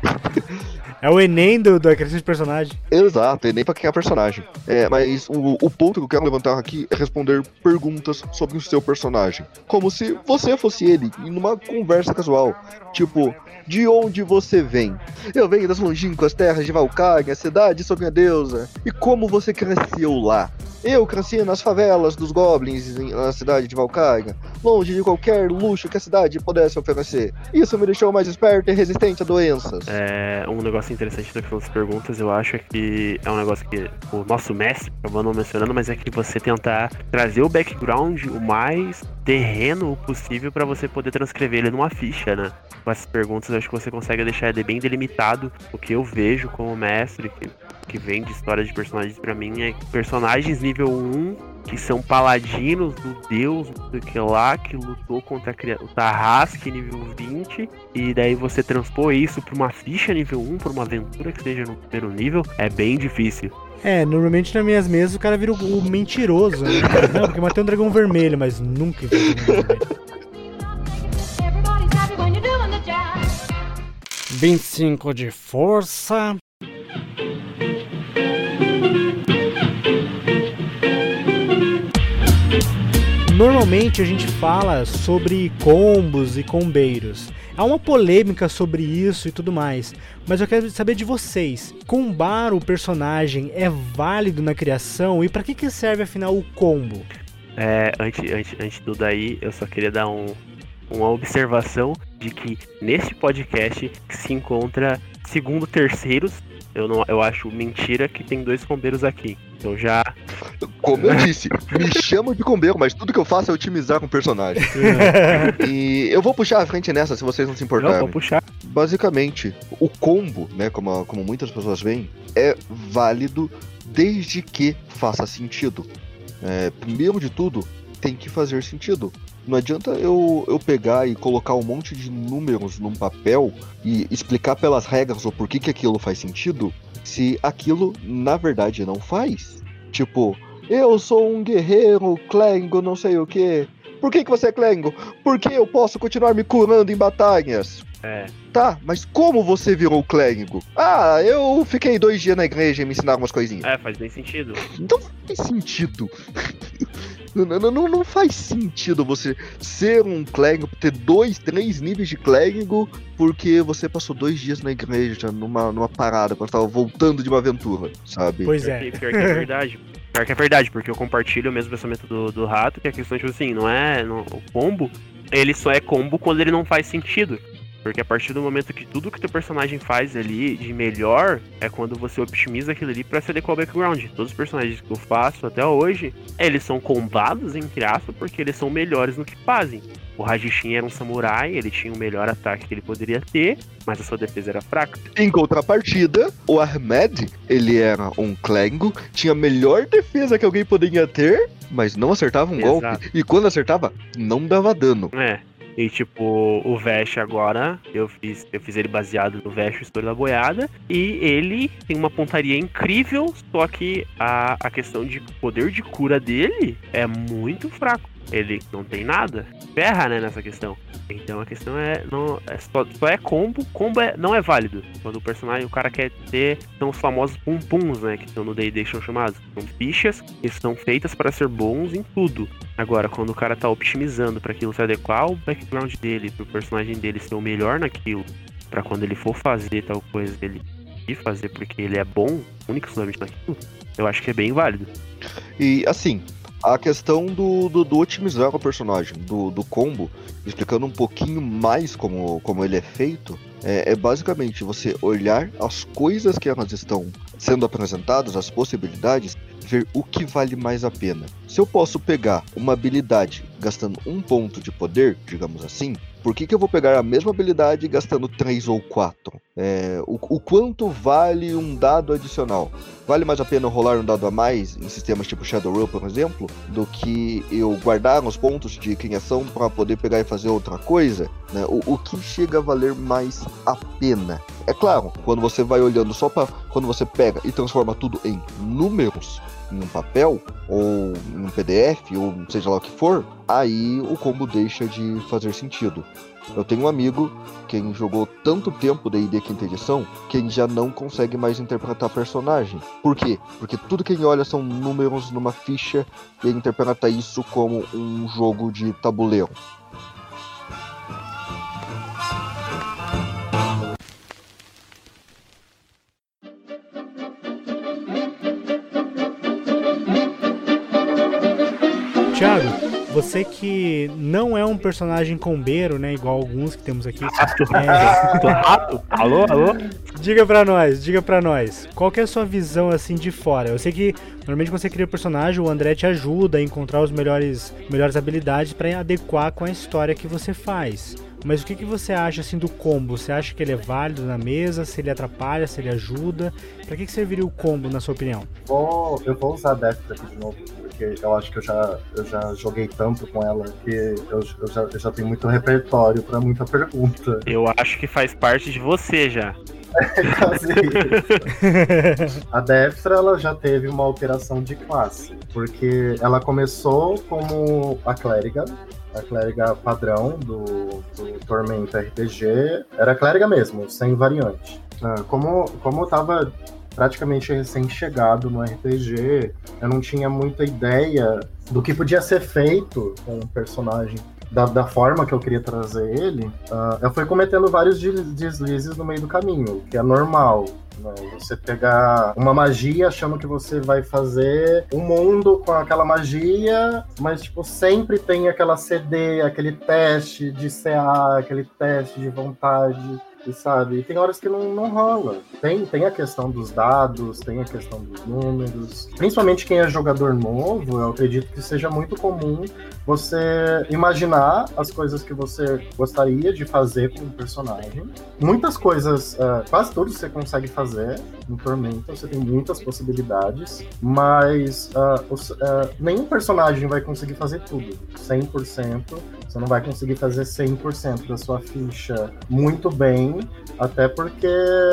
É o Enem do, do acrescente de personagem. Exato, Enem pra criar personagem. É, mas o, o ponto que eu quero levantar aqui é responder perguntas sobre o seu personagem. Como se você fosse ele, em uma conversa casual. Tipo, de onde você vem? Eu venho das longínquas terras de Valkyria, cidade sobre a deusa. E como você cresceu lá? Eu cresci nas favelas dos goblins na cidade de Valkyria, longe de qualquer luxo que a cidade pudesse oferecer. Isso me deixou mais esperto e resistente a doenças. É, um negócio interessante das perguntas, eu acho, é que é um negócio que o nosso mestre acabou não mencionando, mas é que você tentar trazer o background o mais terreno possível para você poder transcrever ele numa ficha, né? Com essas perguntas, eu acho que você consegue deixar ele bem delimitado. O que eu vejo como mestre, que, que vem de história de personagens pra mim, é personagens nível um, que são paladinos do deus, não sei o que lá, que lutou contra a criatura, o Tarrasque nível vinte, e daí você transpor isso pra uma ficha nível um, pra uma aventura que seja no primeiro nível, é bem difícil. É, normalmente nas minhas mesas o cara vira o, o mentiroso, né? Não, porque eu matei um dragão vermelho, mas nunca vi um dragão vermelho. vinte e cinco de força. Normalmente a gente fala sobre combos e combeiros. Há uma polêmica sobre isso e tudo mais, mas eu quero saber de vocês. Combar o personagem é válido na criação e pra que que serve afinal o combo? É, antes, antes, antes do daí, eu só queria dar um, uma observação de que nesse podcast se encontra segundo terceiros. Eu, não, eu acho mentira que tem dois combeiros aqui. Então já... Como eu disse, me chamam de combeiro, mas tudo que eu faço é otimizar com o personagem. E eu vou puxar a frente nessa, se vocês não se importarem. Não, vou puxar. Basicamente, o combo, né, como, como muitas pessoas veem, é válido desde que faça sentido. É, primeiro de tudo, tem que fazer sentido. Não adianta eu, eu pegar e colocar um monte de números num papel e explicar pelas regras o porquê que aquilo faz sentido, se aquilo, na verdade, não faz. Tipo, eu sou um guerreiro, clérigo, não sei o que, Por que, que você é clérigo? Porque eu posso continuar me curando em batalhas. É. Tá, mas como você virou clérigo? Ah, eu fiquei dois dias na igreja e me ensinaram umas coisinhas. É, faz bem sentido. Não faz sentido. Não, não, não, não faz sentido você ser um clérigo, ter dois, três níveis de clérigo, porque você passou dois dias na igreja, numa, numa parada, quando tava voltando de uma aventura, sabe? Pois Pior é. que, pior que é verdade. Pior que é verdade, porque eu compartilho o mesmo pensamento do, do rato, que a questão, tipo assim, não é. Não, o combo, ele só é combo quando ele não faz sentido. Porque a partir do momento que tudo que teu personagem faz ali de melhor é quando você optimiza aquilo ali pra se adequar ao background. Todos os personagens que eu faço até hoje, eles são combados, entre aspas, porque eles são melhores no que fazem. O Hajishin era um samurai, ele tinha o melhor ataque que ele poderia ter, mas a sua defesa era fraca. Em contrapartida, o Ahmed, ele era um clérigo, tinha a melhor defesa que alguém poderia ter, mas não acertava um Exato. golpe. E quando acertava, não dava dano. É. E tipo, o Vesh agora, eu fiz, eu fiz ele baseado no Vesh, o História da Boiada, e ele tem uma pontaria incrível, só que a, a questão de poder de cura dele é muito fraco. Ele não tem nada, ferra, né, nessa questão. Então a questão é, não, é só, só é combo, combo é, não é válido. Quando o personagem, o cara quer ter, são os famosos pum-pums, né, que estão no D e D, que são chamados. São fichas que estão feitas para ser bons em tudo. Agora, quando o cara tá optimizando para aquilo se adequar ao background dele, pro personagem dele ser o melhor naquilo, para quando ele for fazer tal coisa, ele ir fazer porque ele é bom, único e somente naquilo, eu acho que é bem válido. E assim, a questão do, do, do otimizar o personagem, do, do combo, explicando um pouquinho mais como, como ele é feito, é, é basicamente você olhar as coisas que elas estão sendo apresentadas, as possibilidades, ver o que vale mais a pena. Se eu posso pegar uma habilidade gastando um ponto de poder, digamos assim, por que que eu vou pegar a mesma habilidade gastando três ou quatro? É, o, o quanto vale um dado adicional? Vale mais a pena eu rolar um dado a mais em sistemas tipo Shadowrun, por exemplo, do que eu guardar os pontos de criação para poder pegar e fazer outra coisa? Né? O, o que chega a valer mais a pena? É claro, quando você vai olhando só para... Quando você pega e transforma tudo em números, em um papel, ou em um P D F, ou seja lá o que for, aí o combo deixa de fazer sentido. Eu tenho um amigo, quem jogou tanto tempo D e D quinta edição, quem já não consegue mais interpretar personagem. Por quê? Porque tudo que ele olha são números numa ficha e ele interpreta isso como um jogo de tabuleiro. Thiago, você que não é um personagem combeiro, né, igual alguns que temos aqui. É... Rato? Alô, alô? Diga pra nós, diga pra nós, qual que é a sua visão assim de fora? Eu sei que normalmente quando você cria o personagem, o André te ajuda a encontrar os melhores, melhores habilidades pra adequar com a história que você faz. Mas o que, que você acha assim do combo? Você acha que ele é válido na mesa? Se ele atrapalha, se ele ajuda? Pra que, que serviria o combo, na sua opinião? Vou, eu vou usar a Deftra aqui de novo, porque eu acho que eu já, eu já joguei tanto com ela que eu, eu, já, eu já tenho muito repertório pra muita pergunta. Eu acho que faz parte de você já. É quase isso. A Deftra, ela já teve uma alteração de classe, porque ela começou como a clériga, a clériga padrão do, do Tormenta R P G, era a clériga mesmo, sem variante. Como, como eu tava praticamente recém-chegado no R P G, eu não tinha muita ideia do que podia ser feito com o personagem, da, da forma que eu queria trazer ele. Uh, eu fui cometendo vários deslizes no meio do caminho, que é normal. Né? Você pegar uma magia achando que você vai fazer um mundo com aquela magia, mas tipo, sempre tem aquela C D, aquele teste de C A, aquele teste de vontade. E sabe, e tem horas que não, não rola. Tem, tem a questão dos dados, tem a questão dos números. Principalmente quem é jogador novo, eu acredito que seja muito comum você imaginar as coisas que você gostaria de fazer com o personagem. Muitas coisas, uh, quase tudo você consegue fazer no Tormenta, você tem muitas possibilidades, mas uh, os, uh, nenhum personagem vai conseguir fazer tudo, cem por cento. Você não vai conseguir fazer cem por cento da sua ficha muito bem, até porque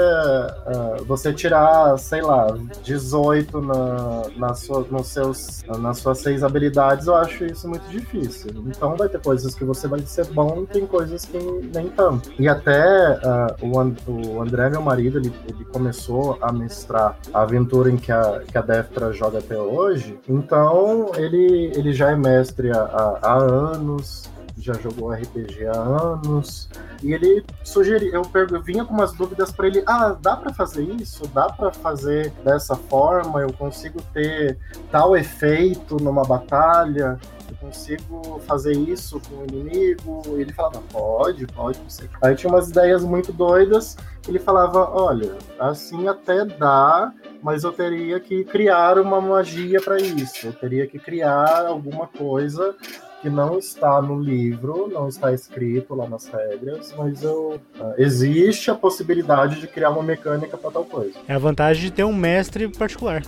uh, você tirar, sei lá, dezoito na, na sua, nos seus, nas suas seis habilidades, eu acho isso muito difícil. Então vai ter coisas que você vai ser bom e tem coisas que nem tanto. E até uh, o, And- o André, meu marido, ele, ele começou a mestrar a aventura em que a, que a Deftra joga até hoje, então ele, ele já é mestre há, há, há anos, já jogou R P G há anos, e ele sugeriu, eu, pergu- eu vinha com umas dúvidas para ele, ah, dá para fazer isso? Dá para fazer dessa forma? Eu consigo ter tal efeito numa batalha? Eu consigo fazer isso com o inimigo? Ele falava, pode, pode, não sei. Aí tinha umas ideias muito doidas, ele falava, olha, assim até dá, mas eu teria que criar uma magia para isso, eu teria que criar alguma coisa que não está no livro, não está escrito lá nas regras, mas eu, uh, existe a possibilidade de criar uma mecânica para tal coisa. É a vantagem de ter um mestre particular.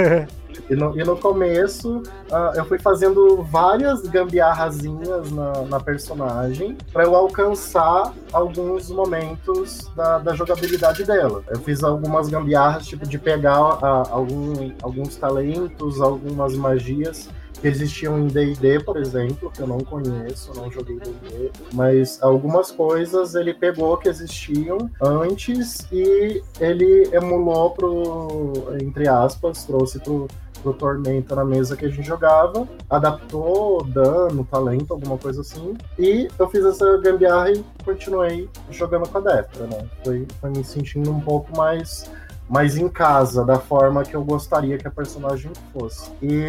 E no, e no começo, uh, eu fui fazendo várias gambiarrazinhas na, na personagem para eu alcançar alguns momentos da, da jogabilidade dela. Eu fiz algumas gambiarras, tipo de pegar uh, algum, alguns talentos, algumas magias que existiam em D e D, por exemplo, que eu não conheço, não joguei D e D, mas algumas coisas ele pegou que existiam antes e ele emulou pro, entre aspas, trouxe pro, pro Tormenta na mesa que a gente jogava, adaptou dano, talento, alguma coisa assim, e eu fiz essa gambiarra e continuei jogando com a Deftra, né? Foi, foi me sentindo um pouco mais... mas em casa, da forma que eu gostaria que a personagem fosse. E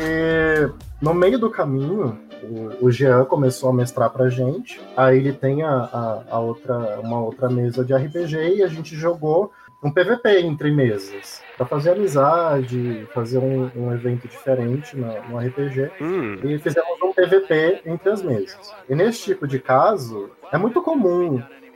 no meio do caminho, o, o Jean começou a mestrar pra gente, aí ele tem a, a, a outra, uma outra mesa de R P G e a gente jogou um P V P entre mesas, pra fazer amizade, fazer um, um evento diferente no, no R P G, Hum. e fizemos um P V P entre as mesas. E nesse tipo de caso, é muito comum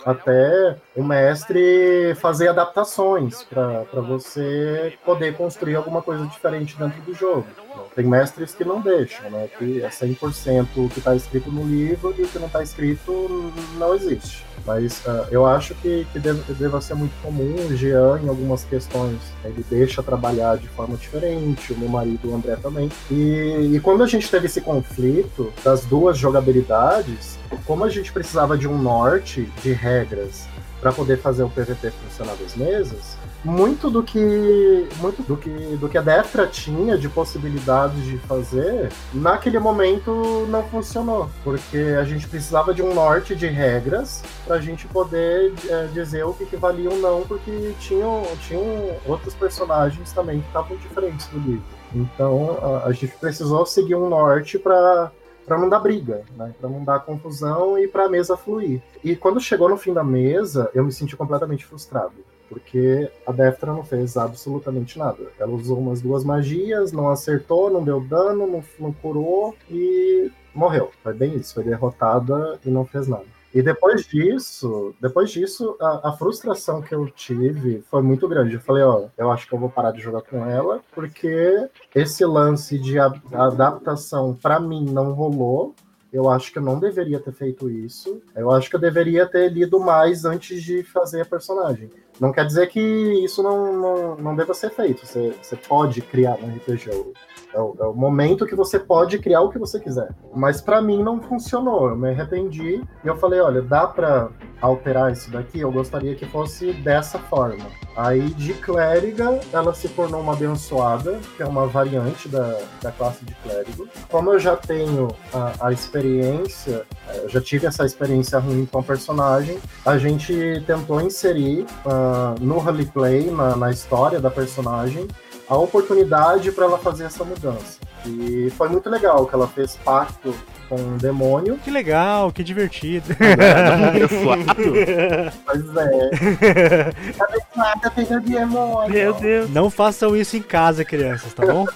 até o mestre fazer adaptações para você poder construir alguma coisa diferente dentro do jogo. Tem mestres que não deixam, né? Que é cem por cento o que está escrito no livro e o que não está escrito não existe. Mas uh, eu acho que, que deve, deva ser muito comum. O Jean, em algumas questões, ele deixa trabalhar de forma diferente, o meu marido, o André, também. E, e quando a gente teve esse conflito das duas jogabilidades, como a gente precisava de um norte de regras para poder fazer o P V P funcionar das mesas, muito do que muito do que do que a Deftra tinha de possibilidades de fazer, naquele momento não funcionou, porque a gente precisava de um norte de regras para a gente poder é, dizer o que, que valia ou não, porque tinham, tinham outros personagens também que estavam diferentes do livro. Então a, a gente precisou seguir um norte para para não dar briga, né? Para não dar confusão e para a mesa fluir. E quando chegou no fim da mesa, eu me senti completamente frustrado, porque a Deftra não fez absolutamente nada. Ela usou umas duas magias, não acertou, não deu dano, não, não curou e morreu. Foi bem isso, foi derrotada e não fez nada. E depois disso, depois disso, a, a frustração que eu tive foi muito grande. Eu falei, ó, eu acho que eu vou parar de jogar com ela, porque esse lance de a, a adaptação pra mim não rolou. Eu acho que eu não deveria ter feito isso. Eu acho que eu deveria ter lido mais antes de fazer a personagem. Não quer dizer que isso não, não, não deva ser feito. Você, você pode criar um R P G. É o, é o momento que você pode criar o que você quiser. Mas pra mim não funcionou. Eu me arrependi e eu falei, olha, dá pra alterar isso daqui? Eu gostaria que fosse dessa forma. Aí de clériga, ela se tornou uma abençoada, que é uma variante da, da classe de clérigo. Como eu já tenho a, a experiência, eu já tive essa experiência ruim com a personagem, a gente tentou inserir uh, no roleplay, na, na história da personagem, a oportunidade para ela fazer essa mudança. E foi muito legal que ela fez pacto com um demônio. Que legal, que divertido. Pois é. Abençoada tem o demônio. Meu Deus. Não façam isso em casa, crianças, tá bom?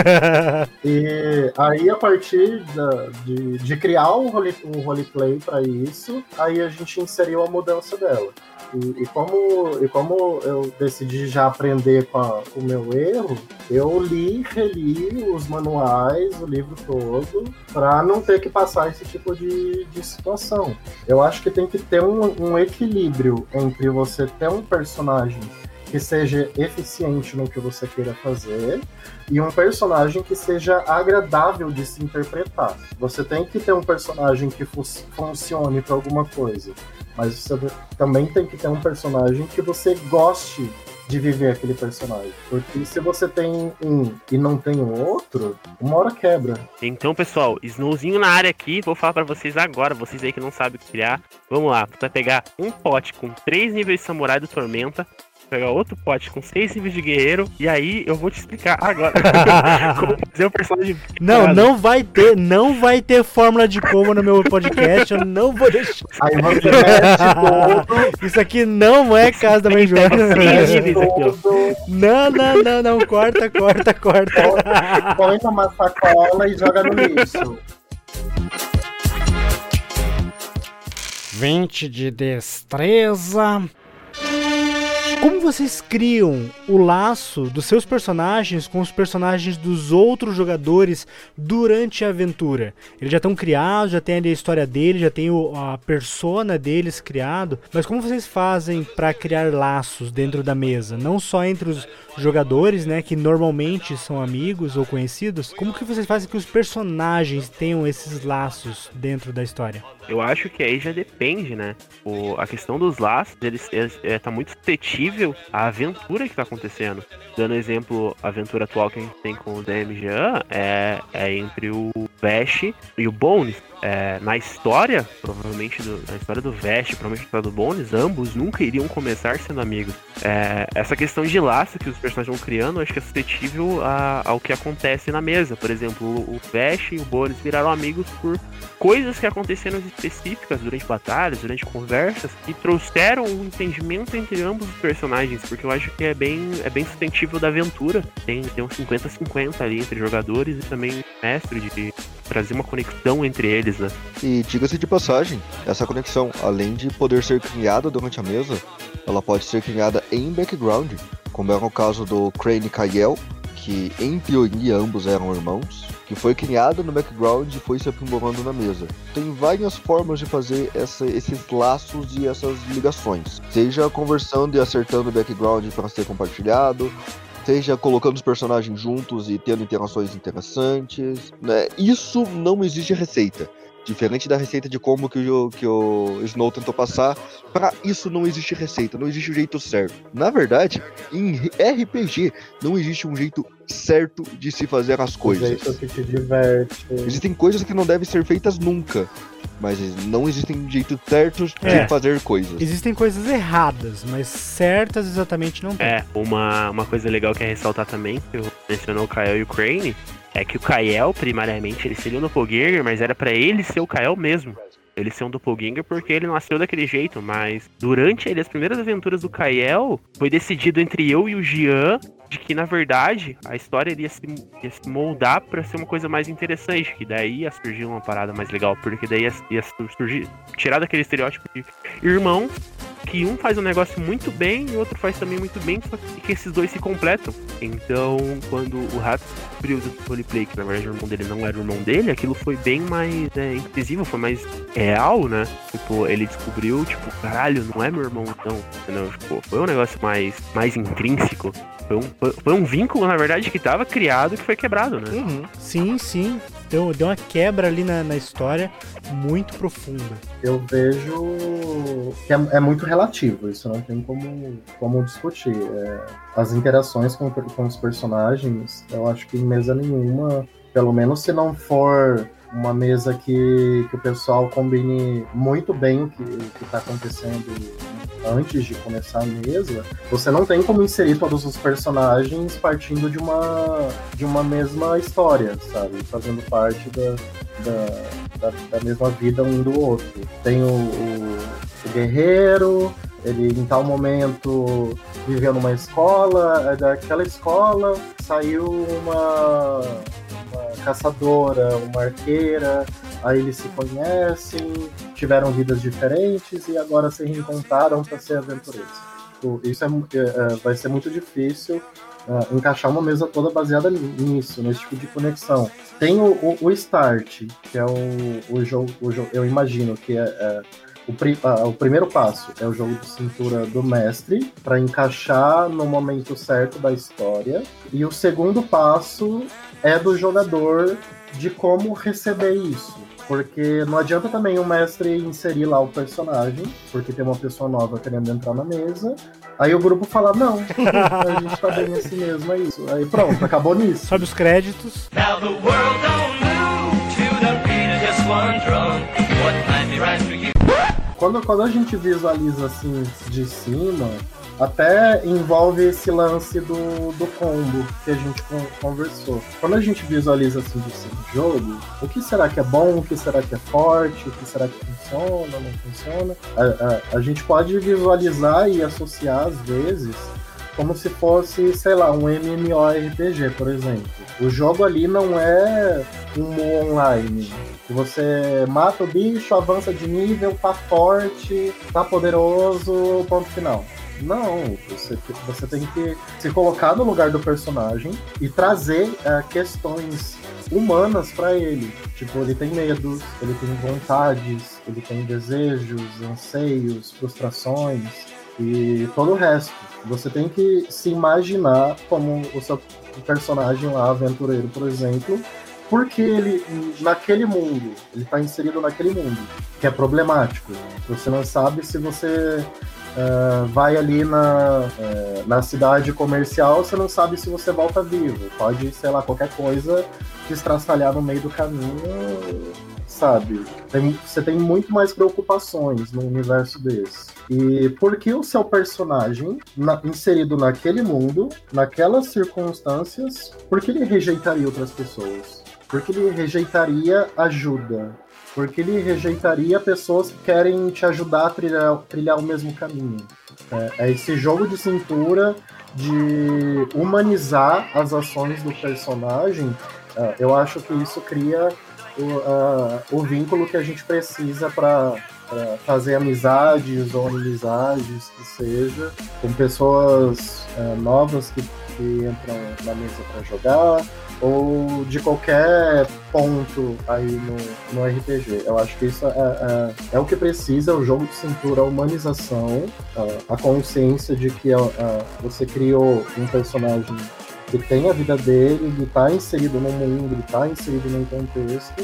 E aí, a partir da, de, de criar um, role, um roleplay para isso, aí a gente inseriu a mudança dela. E, e, como, e como eu decidi já aprender com, a, com o meu erro, eu li, reli os manuais, o livro todo, para não ter que passar esse tipo de, de situação. Eu acho que tem que ter um, um equilíbrio entre você ter um personagem que seja eficiente no que você queira fazer e um personagem que seja agradável de se interpretar. Você tem que ter um personagem que fu- funcione para alguma coisa, mas você também tem que ter um personagem que você goste de viver aquele personagem. Porque se você tem um e não tem o outro, uma hora quebra. Então, pessoal, Snowzinho na área aqui, vou falar pra vocês agora, vocês aí que não sabem o que criar. Vamos lá, você vai pegar um pote com três níveis de Samurai do Tormenta, pegar outro pote com seis níveis de guerreiro, e aí eu vou te explicar agora como fazer o personagem. Não, não vai ter, não vai ter fórmula de como no meu podcast, eu não vou deixar. Aí você mete tudo. Isso aqui não é casa da mãe Joana. Seis níveis aqui, ó. Não, não, não, não, corta, corta, corta. Põe numa sacola e joga no lixo. vinte de destreza. Como vocês criam o laço dos seus personagens com os personagens dos outros jogadores durante a aventura? Eles já estão criados, já tem ali a história deles, já tem o, a persona deles criado, mas como vocês fazem para criar laços dentro da mesa? Não só entre os jogadores, né, que normalmente são amigos ou conhecidos, como que vocês fazem que os personagens tenham esses laços dentro da história? Eu acho que aí já depende, né? O, a questão dos laços, eles, eles é, tá muito suscetível à aventura que tá acontecendo. Dando exemplo, a aventura atual que a gente tem com o D M Jean é, é entre o Vashj e o Bones. É, na história, provavelmente, do, na história do Vashj, provavelmente na história do Bones, ambos nunca iriam começar sendo amigos. É, essa questão de laço que os personagens vão criando, eu acho que é suscetível a, ao que acontece na mesa. Por exemplo, o, o Vashj e o Bones viraram amigos por coisas que aconteceram específicas durante batalhas, durante conversas, e trouxeram um entendimento entre ambos os personagens, porque eu acho que é bem, é bem sustentível da aventura. Tem, tem um cinquenta a cinquenta ali entre jogadores e também mestre de trazer uma conexão entre eles, né? E diga-se de passagem, essa conexão, além de poder ser criada durante a mesa, ela pode ser criada em background, como era o caso do Crane e Kyle, que em teoria ambos eram irmãos, que foi criada no background e foi se aprimorando na mesa. Tem várias formas de fazer essa, esses laços e essas ligações, seja conversando e acertando o background para ser compartilhado, seja colocando os personagens juntos e tendo interações interessantes, né? Isso não existe receita. Diferente da receita de como que o, que o Snow tentou passar, para isso não existe receita, não existe o jeito certo. Na verdade, em R P G não existe um jeito certo de se fazer as coisas. O jeito que te diverte. Existem coisas que não devem ser feitas nunca, mas não existem jeitos certos de É. fazer coisas. Existem coisas erradas, mas certas exatamente não tem. É, uma, uma coisa legal que é ressaltar também, que eu mencionou o Kyle e o Crane, é que o Kyle, primariamente, ele seria um doppelganger, mas era pra ele ser o Kyle mesmo. Ele ser um doppelganger porque ele nasceu daquele jeito, mas durante ele, as primeiras aventuras do Kyle, foi decidido entre eu e o Jean de que, na verdade, a história iria se, ia se moldar pra ser uma coisa mais interessante, que daí ia surgir uma parada mais legal, porque daí ia, ia surgir, tirar daquele estereótipo de irmão, que um faz um negócio muito bem e o outro faz também muito bem, só que, que esses dois se completam. Então, quando o Rato descobriu do roleplay, que na verdade o irmão dele não era o irmão dele, aquilo foi bem mais é, incisivo, foi mais real, né? Tipo, ele descobriu, tipo, caralho, não é meu irmão então, entendeu? Tipo, foi um negócio mais, mais intrínseco. Foi um, foi, foi um vínculo, na verdade, que tava criado que foi quebrado, né? Uhum. Sim, sim. Deu, deu uma quebra ali na, na história muito profunda. Eu vejo que é, é muito relativo, isso não tem como, como discutir. É, as interações com, com os personagens, eu acho que em mesa nenhuma, pelo menos se não for uma mesa que, que o pessoal combine muito bem o que está acontecendo antes de começar a mesa, você não tem como inserir todos os personagens partindo de uma, de uma mesma história, sabe? Fazendo parte da, da, da, da mesma vida um do outro. Tem o, o, o guerreiro, ele em tal momento viveu numa escola, daquela escola saiu uma... uma caçadora, uma arqueira, aí eles se conhecem, tiveram vidas diferentes e agora se reencontraram para ser aventureiros. Isso é, é, vai ser muito difícil uh, encaixar uma mesa toda baseada nisso, nesse tipo de conexão. Tem o, o, o Start, que é o, o, jogo, o jogo, eu imagino que é, é o, pri, uh, o primeiro passo, é o jogo de cintura do mestre, para encaixar no momento certo da história, e o segundo passo é do jogador de como receber isso. Porque não adianta também o mestre inserir lá o personagem, porque tem uma pessoa nova querendo entrar na mesa, aí o grupo fala, não, a gente tá bem assim mesmo, é isso. Aí pronto, acabou nisso. Sobe os créditos. Now the world don't move to the beat of just one drum. What might be right for you? Quando, quando a gente visualiza assim de cima, até envolve esse lance do, do combo que a gente conversou. Quando a gente visualiza assim de cima o jogo, o que será que é bom, o que será que é forte, o que será que funciona, não funciona, a, a, a gente pode visualizar e associar às vezes como se fosse, sei lá, um MMORPG, por exemplo. O jogo ali não é um online. Você mata o bicho, avança de nível, tá forte, tá poderoso, ponto final. Não, você, você tem que se colocar no lugar do personagem e trazer uh, questões humanas pra ele. Tipo, ele tem medos, ele tem vontades, ele tem desejos, anseios, frustrações e todo o resto. Você tem que se imaginar como o seu personagem lá, aventureiro, por exemplo, porque ele, naquele mundo, ele está inserido naquele mundo, que é problemático. Você não sabe se você uh, vai ali na, uh, na cidade comercial, você não sabe se você volta vivo. Pode, sei lá, qualquer coisa te estraçalhar no meio do caminho, sabe? Tem, você tem muito mais preocupações no universo desse. E por que o seu personagem, na, inserido naquele mundo, naquelas circunstâncias, por que ele rejeitaria outras pessoas? Por que ele rejeitaria ajuda? Por que ele rejeitaria pessoas que querem te ajudar a trilhar, trilhar o mesmo caminho? É, é esse jogo de cintura de humanizar as ações do personagem. Uh, eu acho que isso cria o, uh, o vínculo que a gente precisa para fazer amizades ou amizades que seja, com pessoas uh, novas que, que entram na mesa para jogar, ou de qualquer ponto aí no, no R P G. Eu acho que isso é, é, é o que precisa, o jogo de cintura, a humanização, a, a consciência de que a, a, você criou um personagem que tem a vida dele, ele está inserido no mundo, ele está inserido num contexto,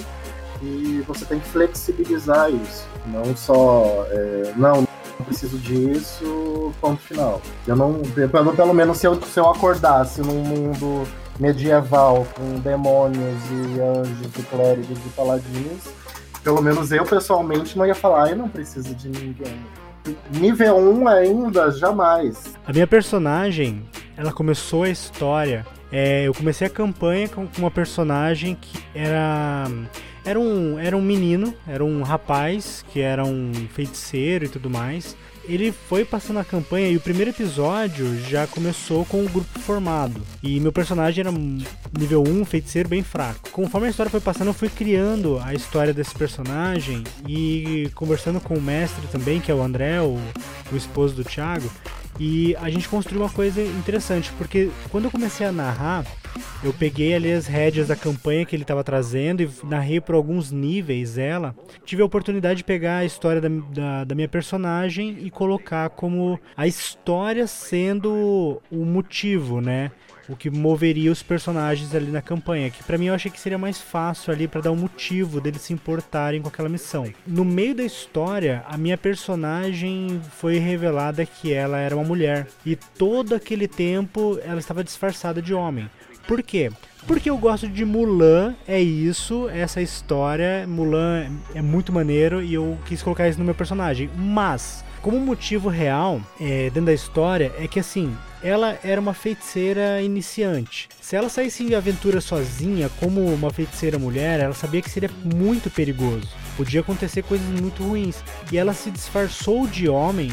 e você tem que flexibilizar isso. Não só, é, não, não preciso disso, ponto final. Eu não, pelo, pelo menos se eu, se eu acordasse num mundo medieval com demônios e anjos e clérigos e paladinos, pelo menos eu pessoalmente não ia falar, eu não preciso de ninguém. Nível um ainda, jamais. A minha personagem, ela começou a história, é, eu comecei a campanha com uma personagem que era... Era um, era um menino, era um rapaz que era um feiticeiro e tudo mais. Ele foi passando a campanha e o primeiro episódio já começou com o grupo formado. E meu personagem era nível um, feiticeiro bem fraco. Conforme a história foi passando, eu fui criando a história desse personagem e conversando com o mestre também, que é o André, o, o esposo do Thiago. E a gente construiu uma coisa interessante, porque quando eu comecei a narrar, eu peguei ali as rédeas da campanha que ele estava trazendo e narrei por alguns níveis ela. Tive a oportunidade de pegar a história da, da, da minha personagem e colocar como a história sendo o motivo, né? O que moveria os personagens ali na campanha, que pra mim eu achei que seria mais fácil ali pra dar um motivo deles se importarem com aquela missão. No meio da história, a minha personagem foi revelada que ela era uma mulher, e todo aquele tempo ela estava disfarçada de homem. Por quê? Porque eu gosto de Mulan, é isso, essa história, Mulan é muito maneiro e eu quis colocar isso no meu personagem, mas como motivo real, é, dentro da história, é que assim, ela era uma feiticeira iniciante. Se ela saísse em aventura sozinha, como uma feiticeira mulher, ela sabia que seria muito perigoso. Podia acontecer coisas muito ruins. E ela se disfarçou de homem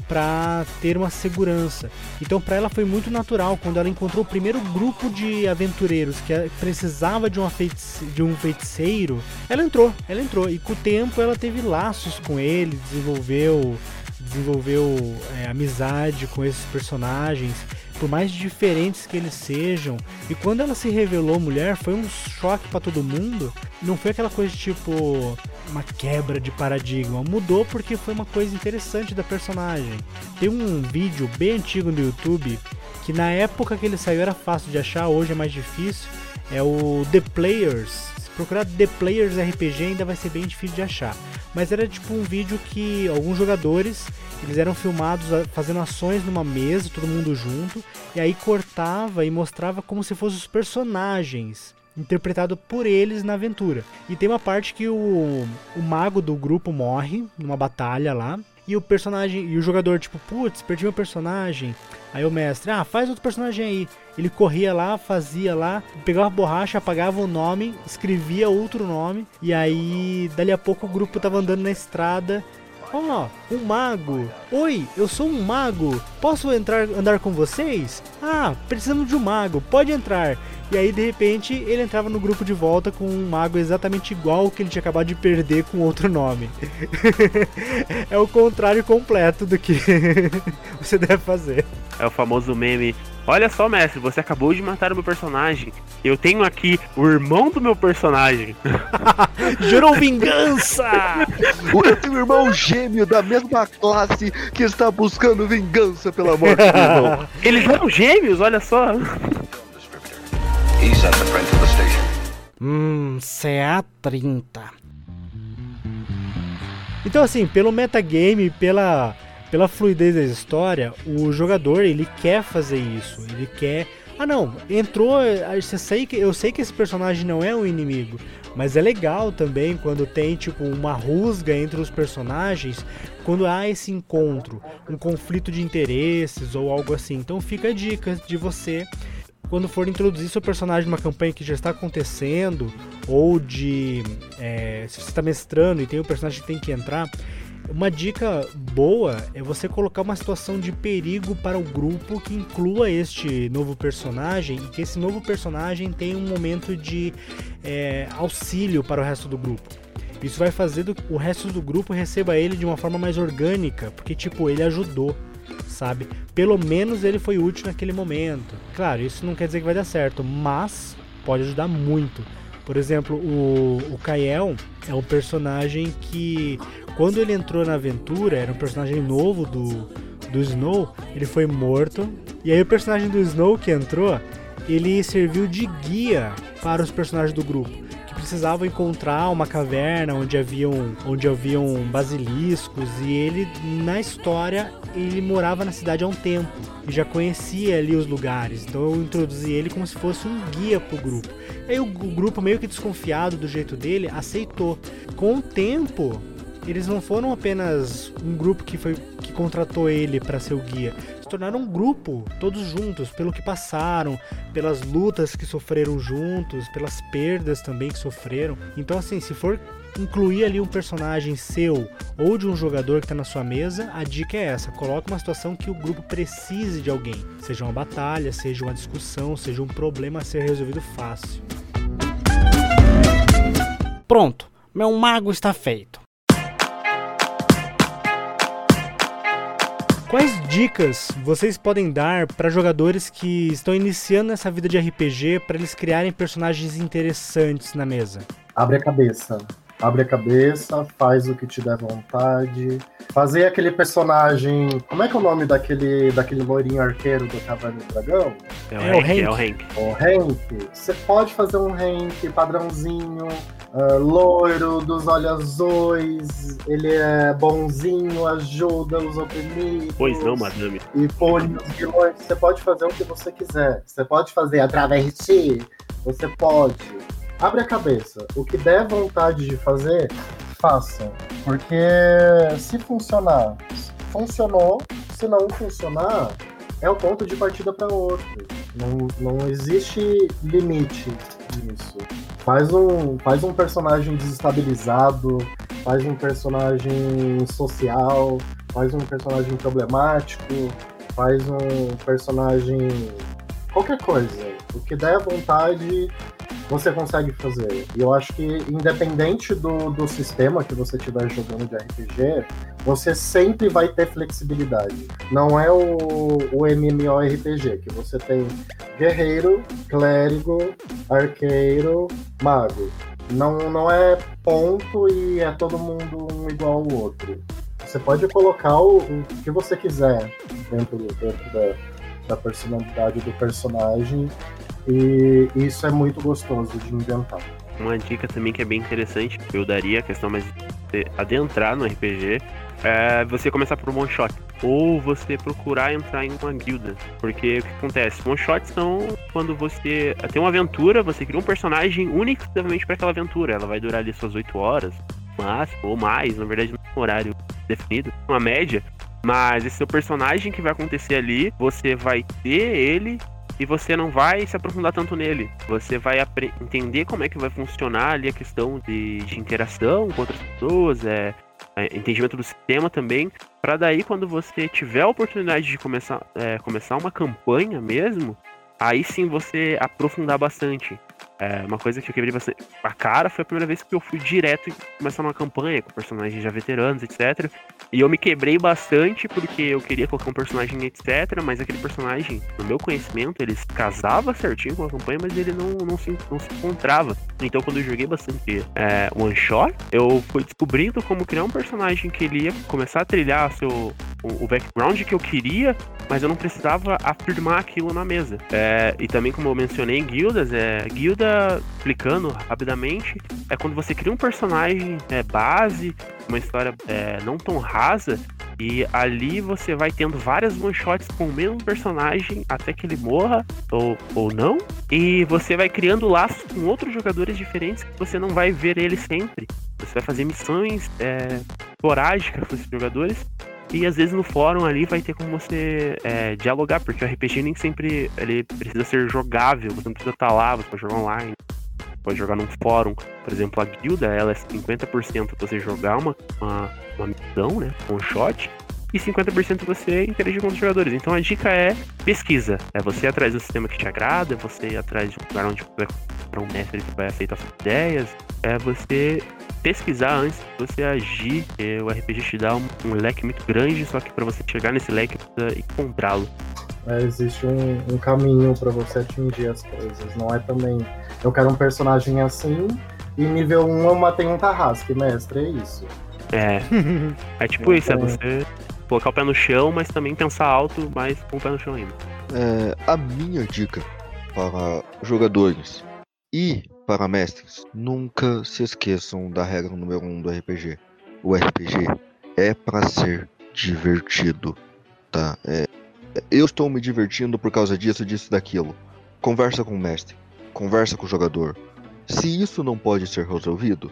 para ter uma segurança. Então para ela foi muito natural quando ela encontrou o primeiro grupo de aventureiros que precisava de, uma feitice... de um feiticeiro, ela entrou, ela entrou e com o tempo ela teve laços com ele, desenvolveu, desenvolveu é, amizade com esses personagens, por mais diferentes que eles sejam. E quando ela se revelou mulher, foi um choque pra todo mundo. Não foi aquela coisa tipo uma quebra de paradigma, mudou porque foi uma coisa interessante da personagem. Tem um vídeo bem antigo no YouTube que na época que ele saiu era fácil de achar, hoje é mais difícil. É o The Players. Se procurar The Players R P G ainda vai ser bem difícil de achar. Mas era tipo um vídeo que alguns jogadores, eles eram filmados fazendo ações numa mesa, todo mundo junto, e aí cortava e mostrava como se fossem os personagens, interpretado por eles na aventura. E tem uma parte que o, o mago do grupo morre numa batalha lá, e o personagem, e o jogador tipo, putz, perdi meu personagem. Aí o mestre, ah, faz outro personagem aí. Ele corria lá, fazia lá, pegava a borracha, apagava o nome, escrevia outro nome, e aí dali a pouco o grupo tava andando na estrada. Ó, oh, um mago. Oi, eu sou um mago. Posso entrar, andar com vocês? Ah, precisamos de um mago. Pode entrar. E aí, de repente, ele entrava no grupo de volta com um mago exatamente igual ao que ele tinha acabado de perder com outro nome. É o contrário completo do que você deve fazer. É o famoso meme. Olha só, mestre, você acabou de matar o meu personagem. Eu tenho aqui o irmão do meu personagem. Jurou vingança! Eu tenho um irmão gêmeo da mesma classe que está buscando vingança pela morte do irmão. Eles eram gêmeos, olha só. He's at the front of the station. Hum, C A trinta. Então assim, pelo metagame, pela... pela fluidez da história, o jogador, ele quer fazer isso, ele quer... Ah não, entrou, eu sei que, eu sei que esse personagem não é um inimigo, mas é legal também quando tem tipo uma rusga entre os personagens, quando há esse encontro, um conflito de interesses ou algo assim. Então fica a dica de você, quando for introduzir seu personagem numa campanha que já está acontecendo, ou de... É, se você está mestrando e tem um personagem que tem que entrar... Uma dica boa é você colocar uma situação de perigo para o grupo que inclua este novo personagem e que esse novo personagem tenha um momento de é, auxílio para o resto do grupo. Isso vai fazer que o resto do grupo receba ele de uma forma mais orgânica, porque tipo, ele ajudou, sabe? Pelo menos ele foi útil naquele momento. Claro, isso não quer dizer que vai dar certo, mas pode ajudar muito. Por exemplo, o, o Kael é um personagem que, quando ele entrou na aventura, era um personagem novo do, do Snow, ele foi morto, e aí o personagem do Snow que entrou, ele serviu de guia para os personagens do grupo, que precisavam encontrar uma caverna onde haviam, onde haviam basiliscos, e ele, na história, ele morava na cidade há um tempo, e já conhecia ali os lugares, então eu introduzi ele como se fosse um guia para o grupo. Aí o, o grupo, meio que desconfiado do jeito dele, aceitou. Com o tempo, eles não foram apenas um grupo que, foi, que contratou ele para ser o guia, se tornaram um grupo, todos juntos, pelo que passaram, pelas lutas que sofreram juntos, pelas perdas também que sofreram. Então assim, se for incluir ali um personagem seu ou de um jogador que está na sua mesa, a dica é essa: coloque uma situação que o grupo precise de alguém, seja uma batalha, seja uma discussão, seja um problema a ser resolvido fácil. Pronto, meu mago está feito. Quais dicas vocês podem dar para jogadores que estão iniciando essa vida de R P G para eles criarem personagens interessantes na mesa? Abre a cabeça. Abre a cabeça, faz o que te der vontade. Fazer aquele personagem... Como é que é o nome daquele, daquele loirinho arqueiro do Caverna do Dragão? É o É o Hank, é o Hank. Hank. O Hank. Você pode fazer um Hank padrãozinho, uh, loiro, dos olhos azuis. Ele é bonzinho, ajuda os oprimidos. Pois não, madame. E pune os vilões. Você pode fazer o que você quiser. Você pode fazer a travesti. Você pode... Abre a cabeça. O que der vontade de fazer, façam. Porque se funcionar, funcionou. Se não funcionar, é o ponto de partida para outro. Não, não existe limite nisso. Faz um, faz um personagem desestabilizado, faz um personagem social, faz um personagem problemático, faz um personagem... qualquer coisa. O que der vontade, você consegue fazer. E eu acho que, independente do, do sistema que você estiver jogando de R P G, você sempre vai ter flexibilidade. Não é o, o MMORPG, que você tem guerreiro, clérigo, arqueiro, mago. Não, não é ponto e é todo mundo um igual ao outro. Você pode colocar o, o que você quiser dentro, dentro da, da personalidade do personagem, e isso é muito gostoso de inventar. Uma dica também que é bem interessante, que eu daria, a questão mais de adentrar no R P G, é você começar por um one shot, ou você procurar entrar em uma guilda, porque o que acontece? One shots são quando você tem uma aventura, você cria um personagem único exclusivamente para aquela aventura, ela vai durar ali suas oito horas, máximo, ou mais, na verdade não tem um horário definido, uma média, mas esse seu personagem que vai acontecer ali, você vai ter ele e você não vai se aprofundar tanto nele. Você vai entender como é que vai funcionar ali a questão de, de interação com outras pessoas, é, é, entendimento do sistema também, para daí quando você tiver a oportunidade de começar, é, começar uma campanha mesmo, aí sim você aprofundar bastante. É, uma coisa que eu quebrei bastante a cara foi a primeira vez que eu fui direto começar uma campanha com personagens já veteranos, etcétera. E eu me quebrei bastante porque eu queria colocar um personagem, etcétera. Mas aquele personagem, no meu conhecimento, ele casava certinho com a campanha, mas ele não, não, se, não se encontrava. Então quando eu joguei bastante é, one shot, eu fui descobrindo como criar um personagem que ele ia começar a trilhar seu, o, o background que eu queria, mas eu não precisava afirmar aquilo na mesa. É, e também, como eu mencionei em guildas, é, guilda, explicando rapidamente, é quando você cria um personagem é, base, uma história é, não tão rasa, e ali você vai tendo várias one-shots com o mesmo personagem até que ele morra, ou, ou não, e você vai criando laços com outros jogadores diferentes que você não vai ver eles sempre. Você vai fazer missões é, esporádicas com esses jogadores, e às vezes no fórum ali vai ter como você é, dialogar, porque o R P G nem sempre ele precisa ser jogável, você não precisa estar lá, você pode jogar online, pode jogar num fórum. Por exemplo, a guilda, ela é cinquenta por cento você jogar uma, uma, uma missão, né, um shot, e cinquenta por cento você interagir com os jogadores. Então a dica é pesquisa, é você ir atrás do sistema que te agrada, é você ir atrás de um lugar onde você vai encontrar um mestre que vai aceitar suas ideias, é você pesquisar antes de você agir. O R P G te dá um, um leque muito grande, só que para você chegar nesse leque precisa encontrá-lo. É, existe um, um caminho para você atingir as coisas, não é também eu quero um personagem assim e nível um eu matei um Tarrasque, mestre, é isso. É, é tipo isso, é você colocar o pé no chão, mas também pensar alto, mas com o pé no chão ainda. É, a minha dica para jogadores e para mestres, nunca se esqueçam da regra número um do R P G. O R P G é para ser divertido, tá? É, eu estou me divertindo por causa disso, disso, daquilo. Conversa com o mestre, conversa com o jogador. Se isso não pode ser resolvido,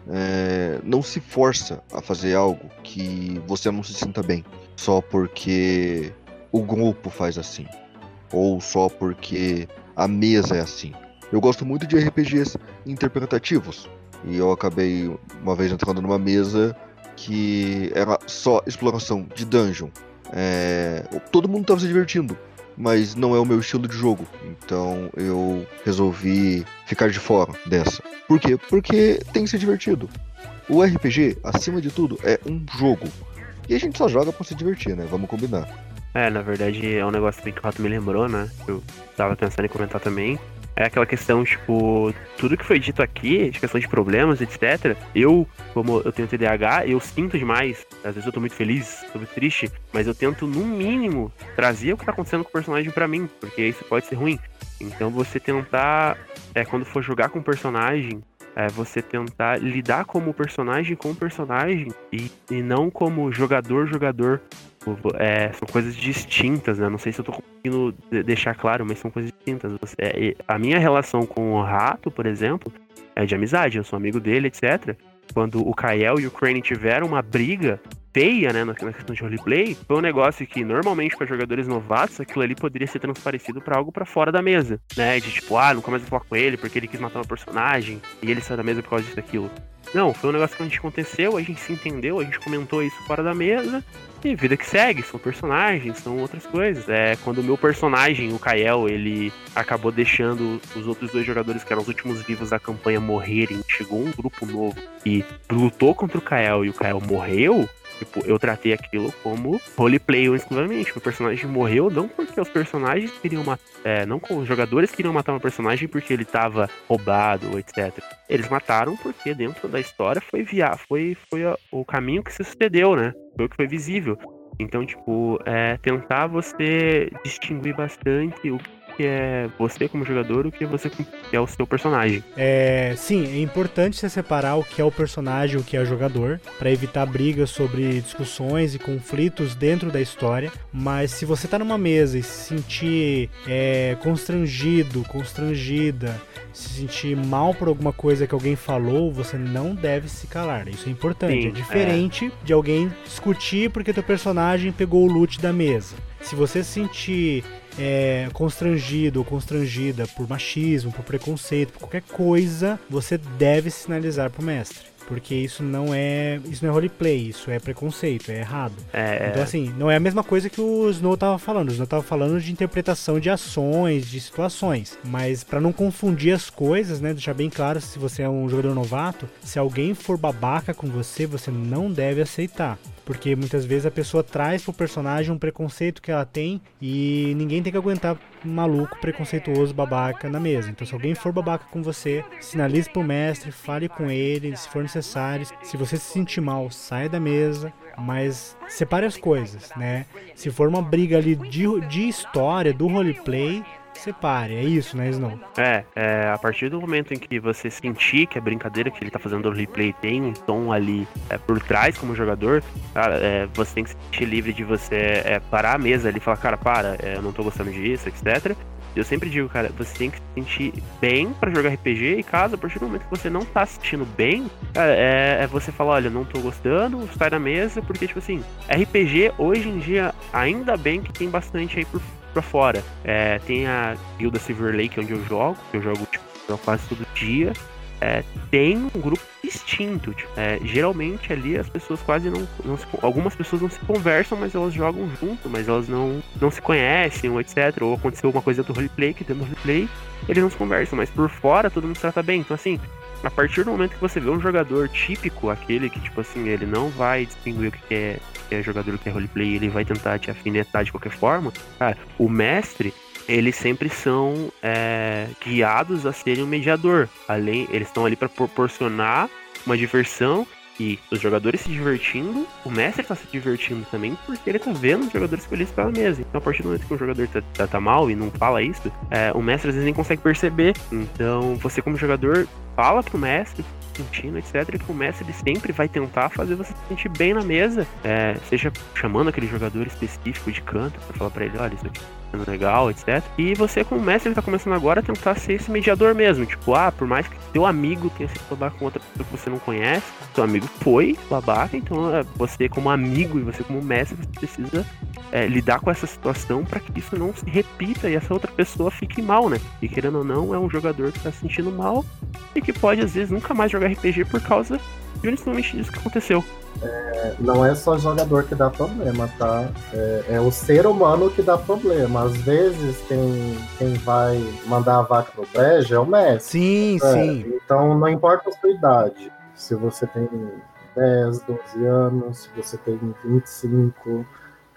é, não se força a fazer algo que você não se sinta bem, só porque o grupo faz assim, ou só porque a mesa é assim. Eu gosto muito de R P Gs interpretativos, e eu acabei uma vez entrando numa mesa que era só exploração de dungeon. É... Todo mundo estava se divertindo, mas não é o meu estilo de jogo, então eu resolvi ficar de fora dessa. Por quê? Porque tem que ser divertido. O R P G, acima de tudo, é um jogo, e a gente só joga pra se divertir, né? Vamos combinar. É, na verdade é um negócio que o Rato me lembrou, né? Eu tava pensando em comentar também. É aquela questão, tipo, tudo que foi dito aqui, de questão de problemas, etcétera. Eu, como eu tenho T D A H, eu sinto demais. Às vezes eu tô muito feliz, tô muito triste, mas eu tento, no mínimo, trazer o que tá acontecendo com o personagem pra mim, porque isso pode ser ruim. Então você tentar, é, quando for jogar com o personagem, é você tentar lidar como personagem com o personagem e, e não como jogador-jogador. É, são coisas distintas, né? Não sei se eu tô conseguindo deixar claro, mas são coisas distintas. Você, é, a minha relação com o Rato, por exemplo, é de amizade. Eu sou amigo dele, etcétera. Quando o Kael e o Crane tiveram uma briga, feia, né, na questão de roleplay, foi um negócio que normalmente para jogadores novatos, aquilo ali poderia ser transparecido pra algo pra fora da mesa, né, de tipo, ah, nunca mais vou falar com ele porque ele quis matar um personagem e ele saiu da mesa por causa disso daquilo. Não, foi um negócio que a gente aconteceu, a gente se entendeu, a gente comentou isso fora da mesa e vida que segue, são personagens, são outras coisas. É, quando o meu personagem, o Kael, ele acabou deixando os outros dois jogadores que eram os últimos vivos da campanha morrerem, chegou um grupo novo e lutou contra o Kael e o Kael morreu, tipo, eu tratei aquilo como roleplay exclusivamente. O personagem morreu não porque os personagens queriam matar, é, não com os jogadores queriam matar um personagem porque ele tava roubado, etcétera. Eles mataram porque dentro da história foi via, foi, foi a, o caminho que se sucedeu, né? Foi o que foi visível. Então, tipo, é, tentar você distinguir bastante o que é você como jogador, o que é você que é o seu personagem. É, sim, é importante você separar o que é o personagem e o que é o jogador, para evitar brigas sobre discussões e conflitos dentro da história. Mas se você tá numa mesa e se sentir é, constrangido, constrangida, se sentir mal por alguma coisa que alguém falou, você não deve se calar. Isso é importante. Sim, é diferente é. de alguém discutir porque teu personagem pegou o loot da mesa. Se você se sentir é, constrangido ou constrangida por machismo, por preconceito, por qualquer coisa, você deve sinalizar pro mestre. Porque isso não é isso não é roleplay, isso é preconceito, é errado. É... Então assim, não é a mesma coisa que o Snow tava falando. O Snow tava falando de interpretação de ações, de situações. Mas pra não confundir as coisas, né, deixar bem claro, se você é um jogador novato, se alguém for babaca com você, você não deve aceitar. Porque muitas vezes a pessoa traz pro personagem um preconceito que ela tem e ninguém tem que aguentar um maluco preconceituoso babaca na mesa. Então se alguém for babaca com você, sinalize pro mestre, fale com ele, se for necessário. Se você se sentir mal, saia da mesa, mas separe as coisas, né? Se for uma briga ali de, de história, do roleplay, separe, é isso, né, Snow? É, é, a partir do momento em que você sentir que a brincadeira que ele tá fazendo no replay tem um tom ali é, por trás como jogador, cara, é, você tem que se sentir livre de você é, parar a mesa ali e falar, cara, para, é, eu não tô gostando disso, etcétera. Eu sempre digo, cara, você tem que se sentir bem pra jogar R P G e caso, a partir do momento que você não tá se sentindo bem, cara, é, é você falar, olha, não tô gostando, sai da mesa, porque, tipo assim, R P G hoje em dia, ainda bem que tem bastante aí por pra fora. É, tem a guilda Silver Lake onde eu jogo, que eu jogo tipo, quase todo dia. É, tem um grupo distinto. Tipo, é, geralmente ali as pessoas quase não, não se, algumas pessoas não se conversam, mas elas jogam junto, mas elas não, não se conhecem, ou etcétera. Ou aconteceu alguma coisa do roleplay, que dentro do roleplay eles não se conversam, mas por fora todo mundo se trata bem. Então assim, a partir do momento que você vê um jogador típico, aquele que tipo assim, ele não vai distinguir o que é, que é jogador, o que é roleplay, ele vai tentar te afinetar de qualquer forma, cara, o mestre, eles sempre são é, guiados a serem um mediador. Além, eles estão ali para proporcionar uma diversão e os jogadores se divertindo, o mestre tá se divertindo também, porque ele tá vendo os jogadores felizes pela mesa. Então, a partir do momento que o jogador tá, tá, tá mal e não fala isso, é, o mestre às vezes nem consegue perceber. Então, você como jogador, fala pro mestre, sentindo, etcétera, que o mestre ele sempre vai tentar fazer você se sentir bem na mesa, é, seja chamando aquele jogador específico de canto pra falar pra ele, olha, isso aqui tá sendo legal, etcétera. E você como mestre, ele tá começando agora a tentar ser esse mediador mesmo, tipo, ah, por mais que teu amigo tenha sido babaca com outra pessoa que você não conhece, seu amigo foi babaca, então é, você como amigo e você como mestre, você precisa é, lidar com essa situação pra que isso não se repita e essa outra pessoa fique mal, né? E querendo ou não, é um jogador que tá se sentindo mal e que pode às vezes nunca mais jogar R P G por causa justamente disso que aconteceu. É, não é só jogador que dá problema, tá? É, é o ser humano que dá problema. Às vezes quem, quem vai mandar a vaca pro brejo é o mestre. Sim, é, sim. Então não importa a sua idade. Se você tem dez, doze anos, se você tem vinte e cinco,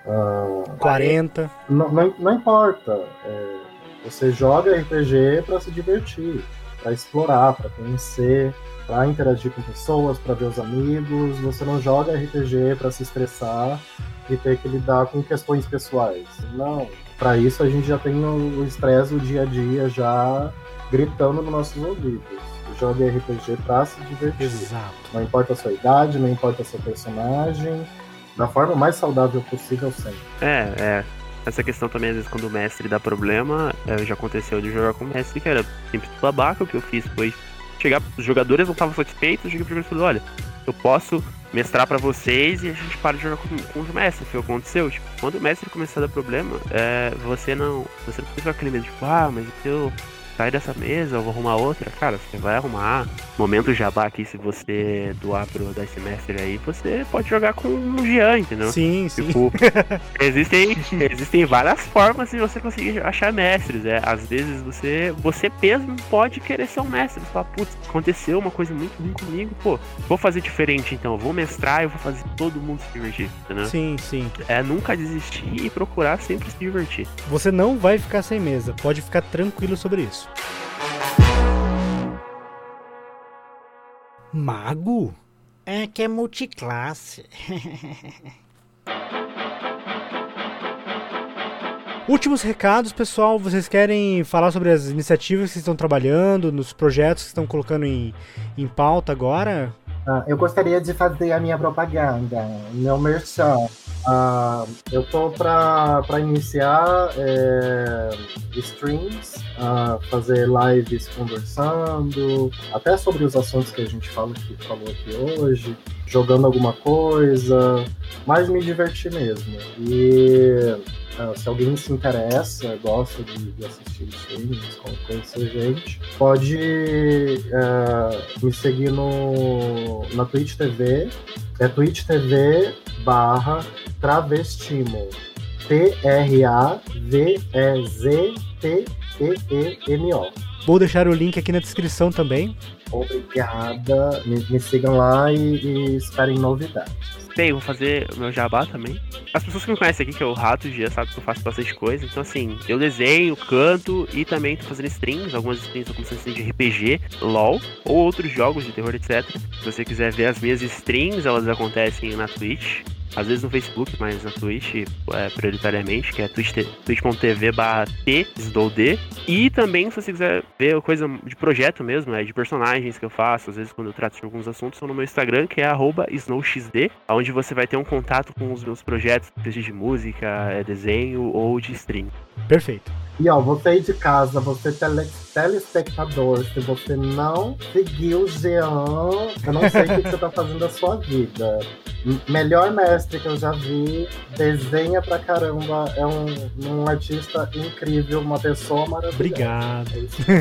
uh, quarenta. Não, não, não importa. É, você joga R P G pra se divertir, pra explorar, pra conhecer, pra interagir com pessoas, pra ver os amigos. Você não joga R P G pra se estressar e ter que lidar com questões pessoais. Não. Pra isso a gente já tem o estresse do dia a dia já gritando nos nossos ouvidos. Joga R P G pra se divertir. Exato. Não importa a sua idade, não importa o seu personagem, da forma mais saudável possível sempre. É, é. Essa questão também, às vezes, quando o mestre dá problema, é, já aconteceu de jogar com o mestre, que era sempre babaca. O que eu fiz foi chegar, os jogadores não estavam satisfeitos, eu cheguei pro jogador e falei, olha, eu posso mestrar pra vocês e a gente para de jogar com, com o mestre. Foi o que aconteceu. Tipo, quando o mestre começar a dar problema, é, você não. Você não fica com aquele medo, tipo, ah, mas se eu sair dessa mesa, eu vou arrumar outra. Cara, você vai arrumar. Momento jabá aqui, se você doar pro Dice Master aí, você pode jogar com um Jean, entendeu? Sim, sim. Tipo, existem, existem várias formas de você conseguir achar mestres. É. Às vezes você, você mesmo pode querer ser um mestre. Você fala, putz, aconteceu uma coisa muito ruim comigo, pô, vou fazer diferente então, vou mestrar e vou fazer todo mundo se divertir, entendeu? Sim, sim. É nunca desistir e procurar sempre se divertir. Você não vai ficar sem mesa, pode ficar tranquilo sobre isso. Mago? É que é multiclasse. Últimos recados, pessoal. Vocês querem falar sobre as iniciativas que estão trabalhando, nos projetos que estão colocando em, em pauta agora? Ah, eu gostaria de fazer a minha propaganda, meu merchan. Ah, eu tô para iniciar é, streams, ah, fazer lives conversando, até sobre os assuntos que a gente fala aqui, falou aqui hoje, jogando alguma coisa, mas me divertir mesmo. E ah, se alguém se interessa, gosta de, de assistir streams, conhecer gente, pode ah, me seguir no, na Twitch T V, é Twitch T V barra Travestimo. T R A V E Z T E E M O. Vou deixar o link aqui na descrição também. Obrigada. Me, me sigam lá e, e esperem novidades. Bem, vou fazer o meu jabá também. As pessoas que me conhecem aqui, que é o Rato Gia, sabe que eu faço bastante coisa. Então, assim, eu desenho, canto e também tô fazendo streams. Algumas streams eu comecei a stream de R P G, LOL ou outros jogos de terror, etcétera. Se você quiser ver as minhas streams, elas acontecem na Twitch. Às vezes no Facebook, mas na Twitch, é, prioritariamente, que é twitch ponto t v barra t sdold. E também, se você quiser ver coisa de projeto mesmo, é, de personagens que eu faço, às vezes quando eu trato de alguns assuntos, são no meu Instagram, que é arroba snowxd, onde você vai ter um contato com os meus projetos, seja de música, é, desenho ou de stream. Perfeito. E ó, você aí de casa, você tele, telespectador, se você não seguiu o Jean, eu não sei o que você tá fazendo da sua vida. Melhor mestre que eu já vi, desenha pra caramba, é um, um artista incrível, uma pessoa maravilhosa. Obrigado.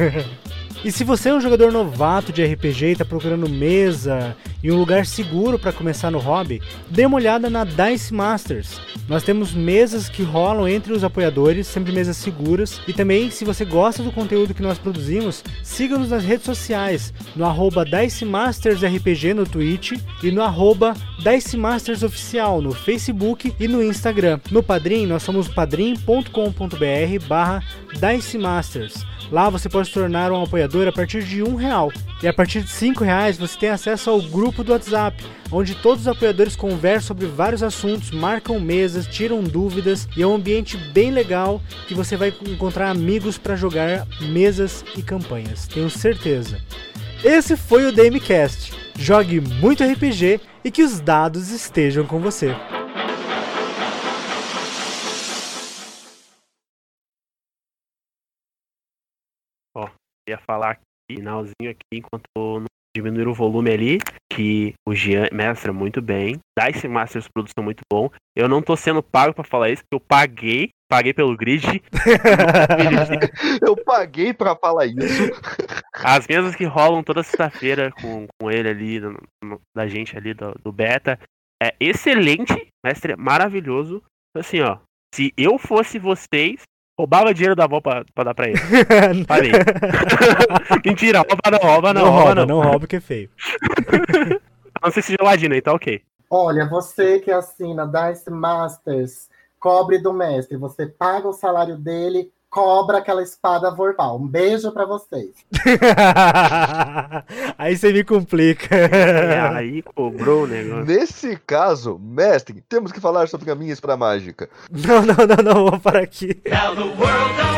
E se você é um jogador novato de R P G e está procurando mesa e um lugar seguro para começar no hobby, dê uma olhada na Dice Masters. Nós temos mesas que rolam entre os apoiadores, sempre mesas seguras. E também, se você gosta do conteúdo que nós produzimos, siga-nos nas redes sociais, no arroba DiceMastersRPG no Twitch e no arroba DiceMastersOficial no Facebook e no Instagram. No Padrim, nós somos padrim ponto com ponto b r barra DiceMasters. Lá você pode se tornar um apoiador a partir de um real. E a partir de cinco reais você tem acesso ao grupo do WhatsApp, onde todos os apoiadores conversam sobre vários assuntos, marcam mesas, tiram dúvidas e é um ambiente bem legal que você vai encontrar amigos para jogar mesas e campanhas, tenho certeza. Esse foi o D M Cast. Jogue muito R P G e que os dados estejam com você. Ó, ia falar aqui, finalzinho aqui, enquanto eu não diminuir o volume ali, que o Jean mestra muito bem. Dice Masters produção muito bom. Eu não tô sendo pago pra falar isso, porque eu paguei, paguei pelo grid. Eu paguei pra falar isso. As mesas que rolam toda sexta-feira com, com ele ali, no, no, da gente ali do, do beta, é excelente, mestre maravilhoso. Assim, ó, se eu fosse vocês, roubava dinheiro da avó pra, pra dar pra ele. Falei. Mentira, rouba não, rouba não, não rouba rouba, não. não rouba que é feio. A não ser que seja ladino, então ok. Olha, você que assina Dice Masters, cobre do mestre. Você paga o salário dele, cobra aquela espada vorpal. Um beijo pra vocês. Aí você me complica. É, aí cobrou o negócio. Nesse caso, mestre, temos que falar sobre caminhos pra mágica. Não, não, não, não, vou parar aqui. Now the world don't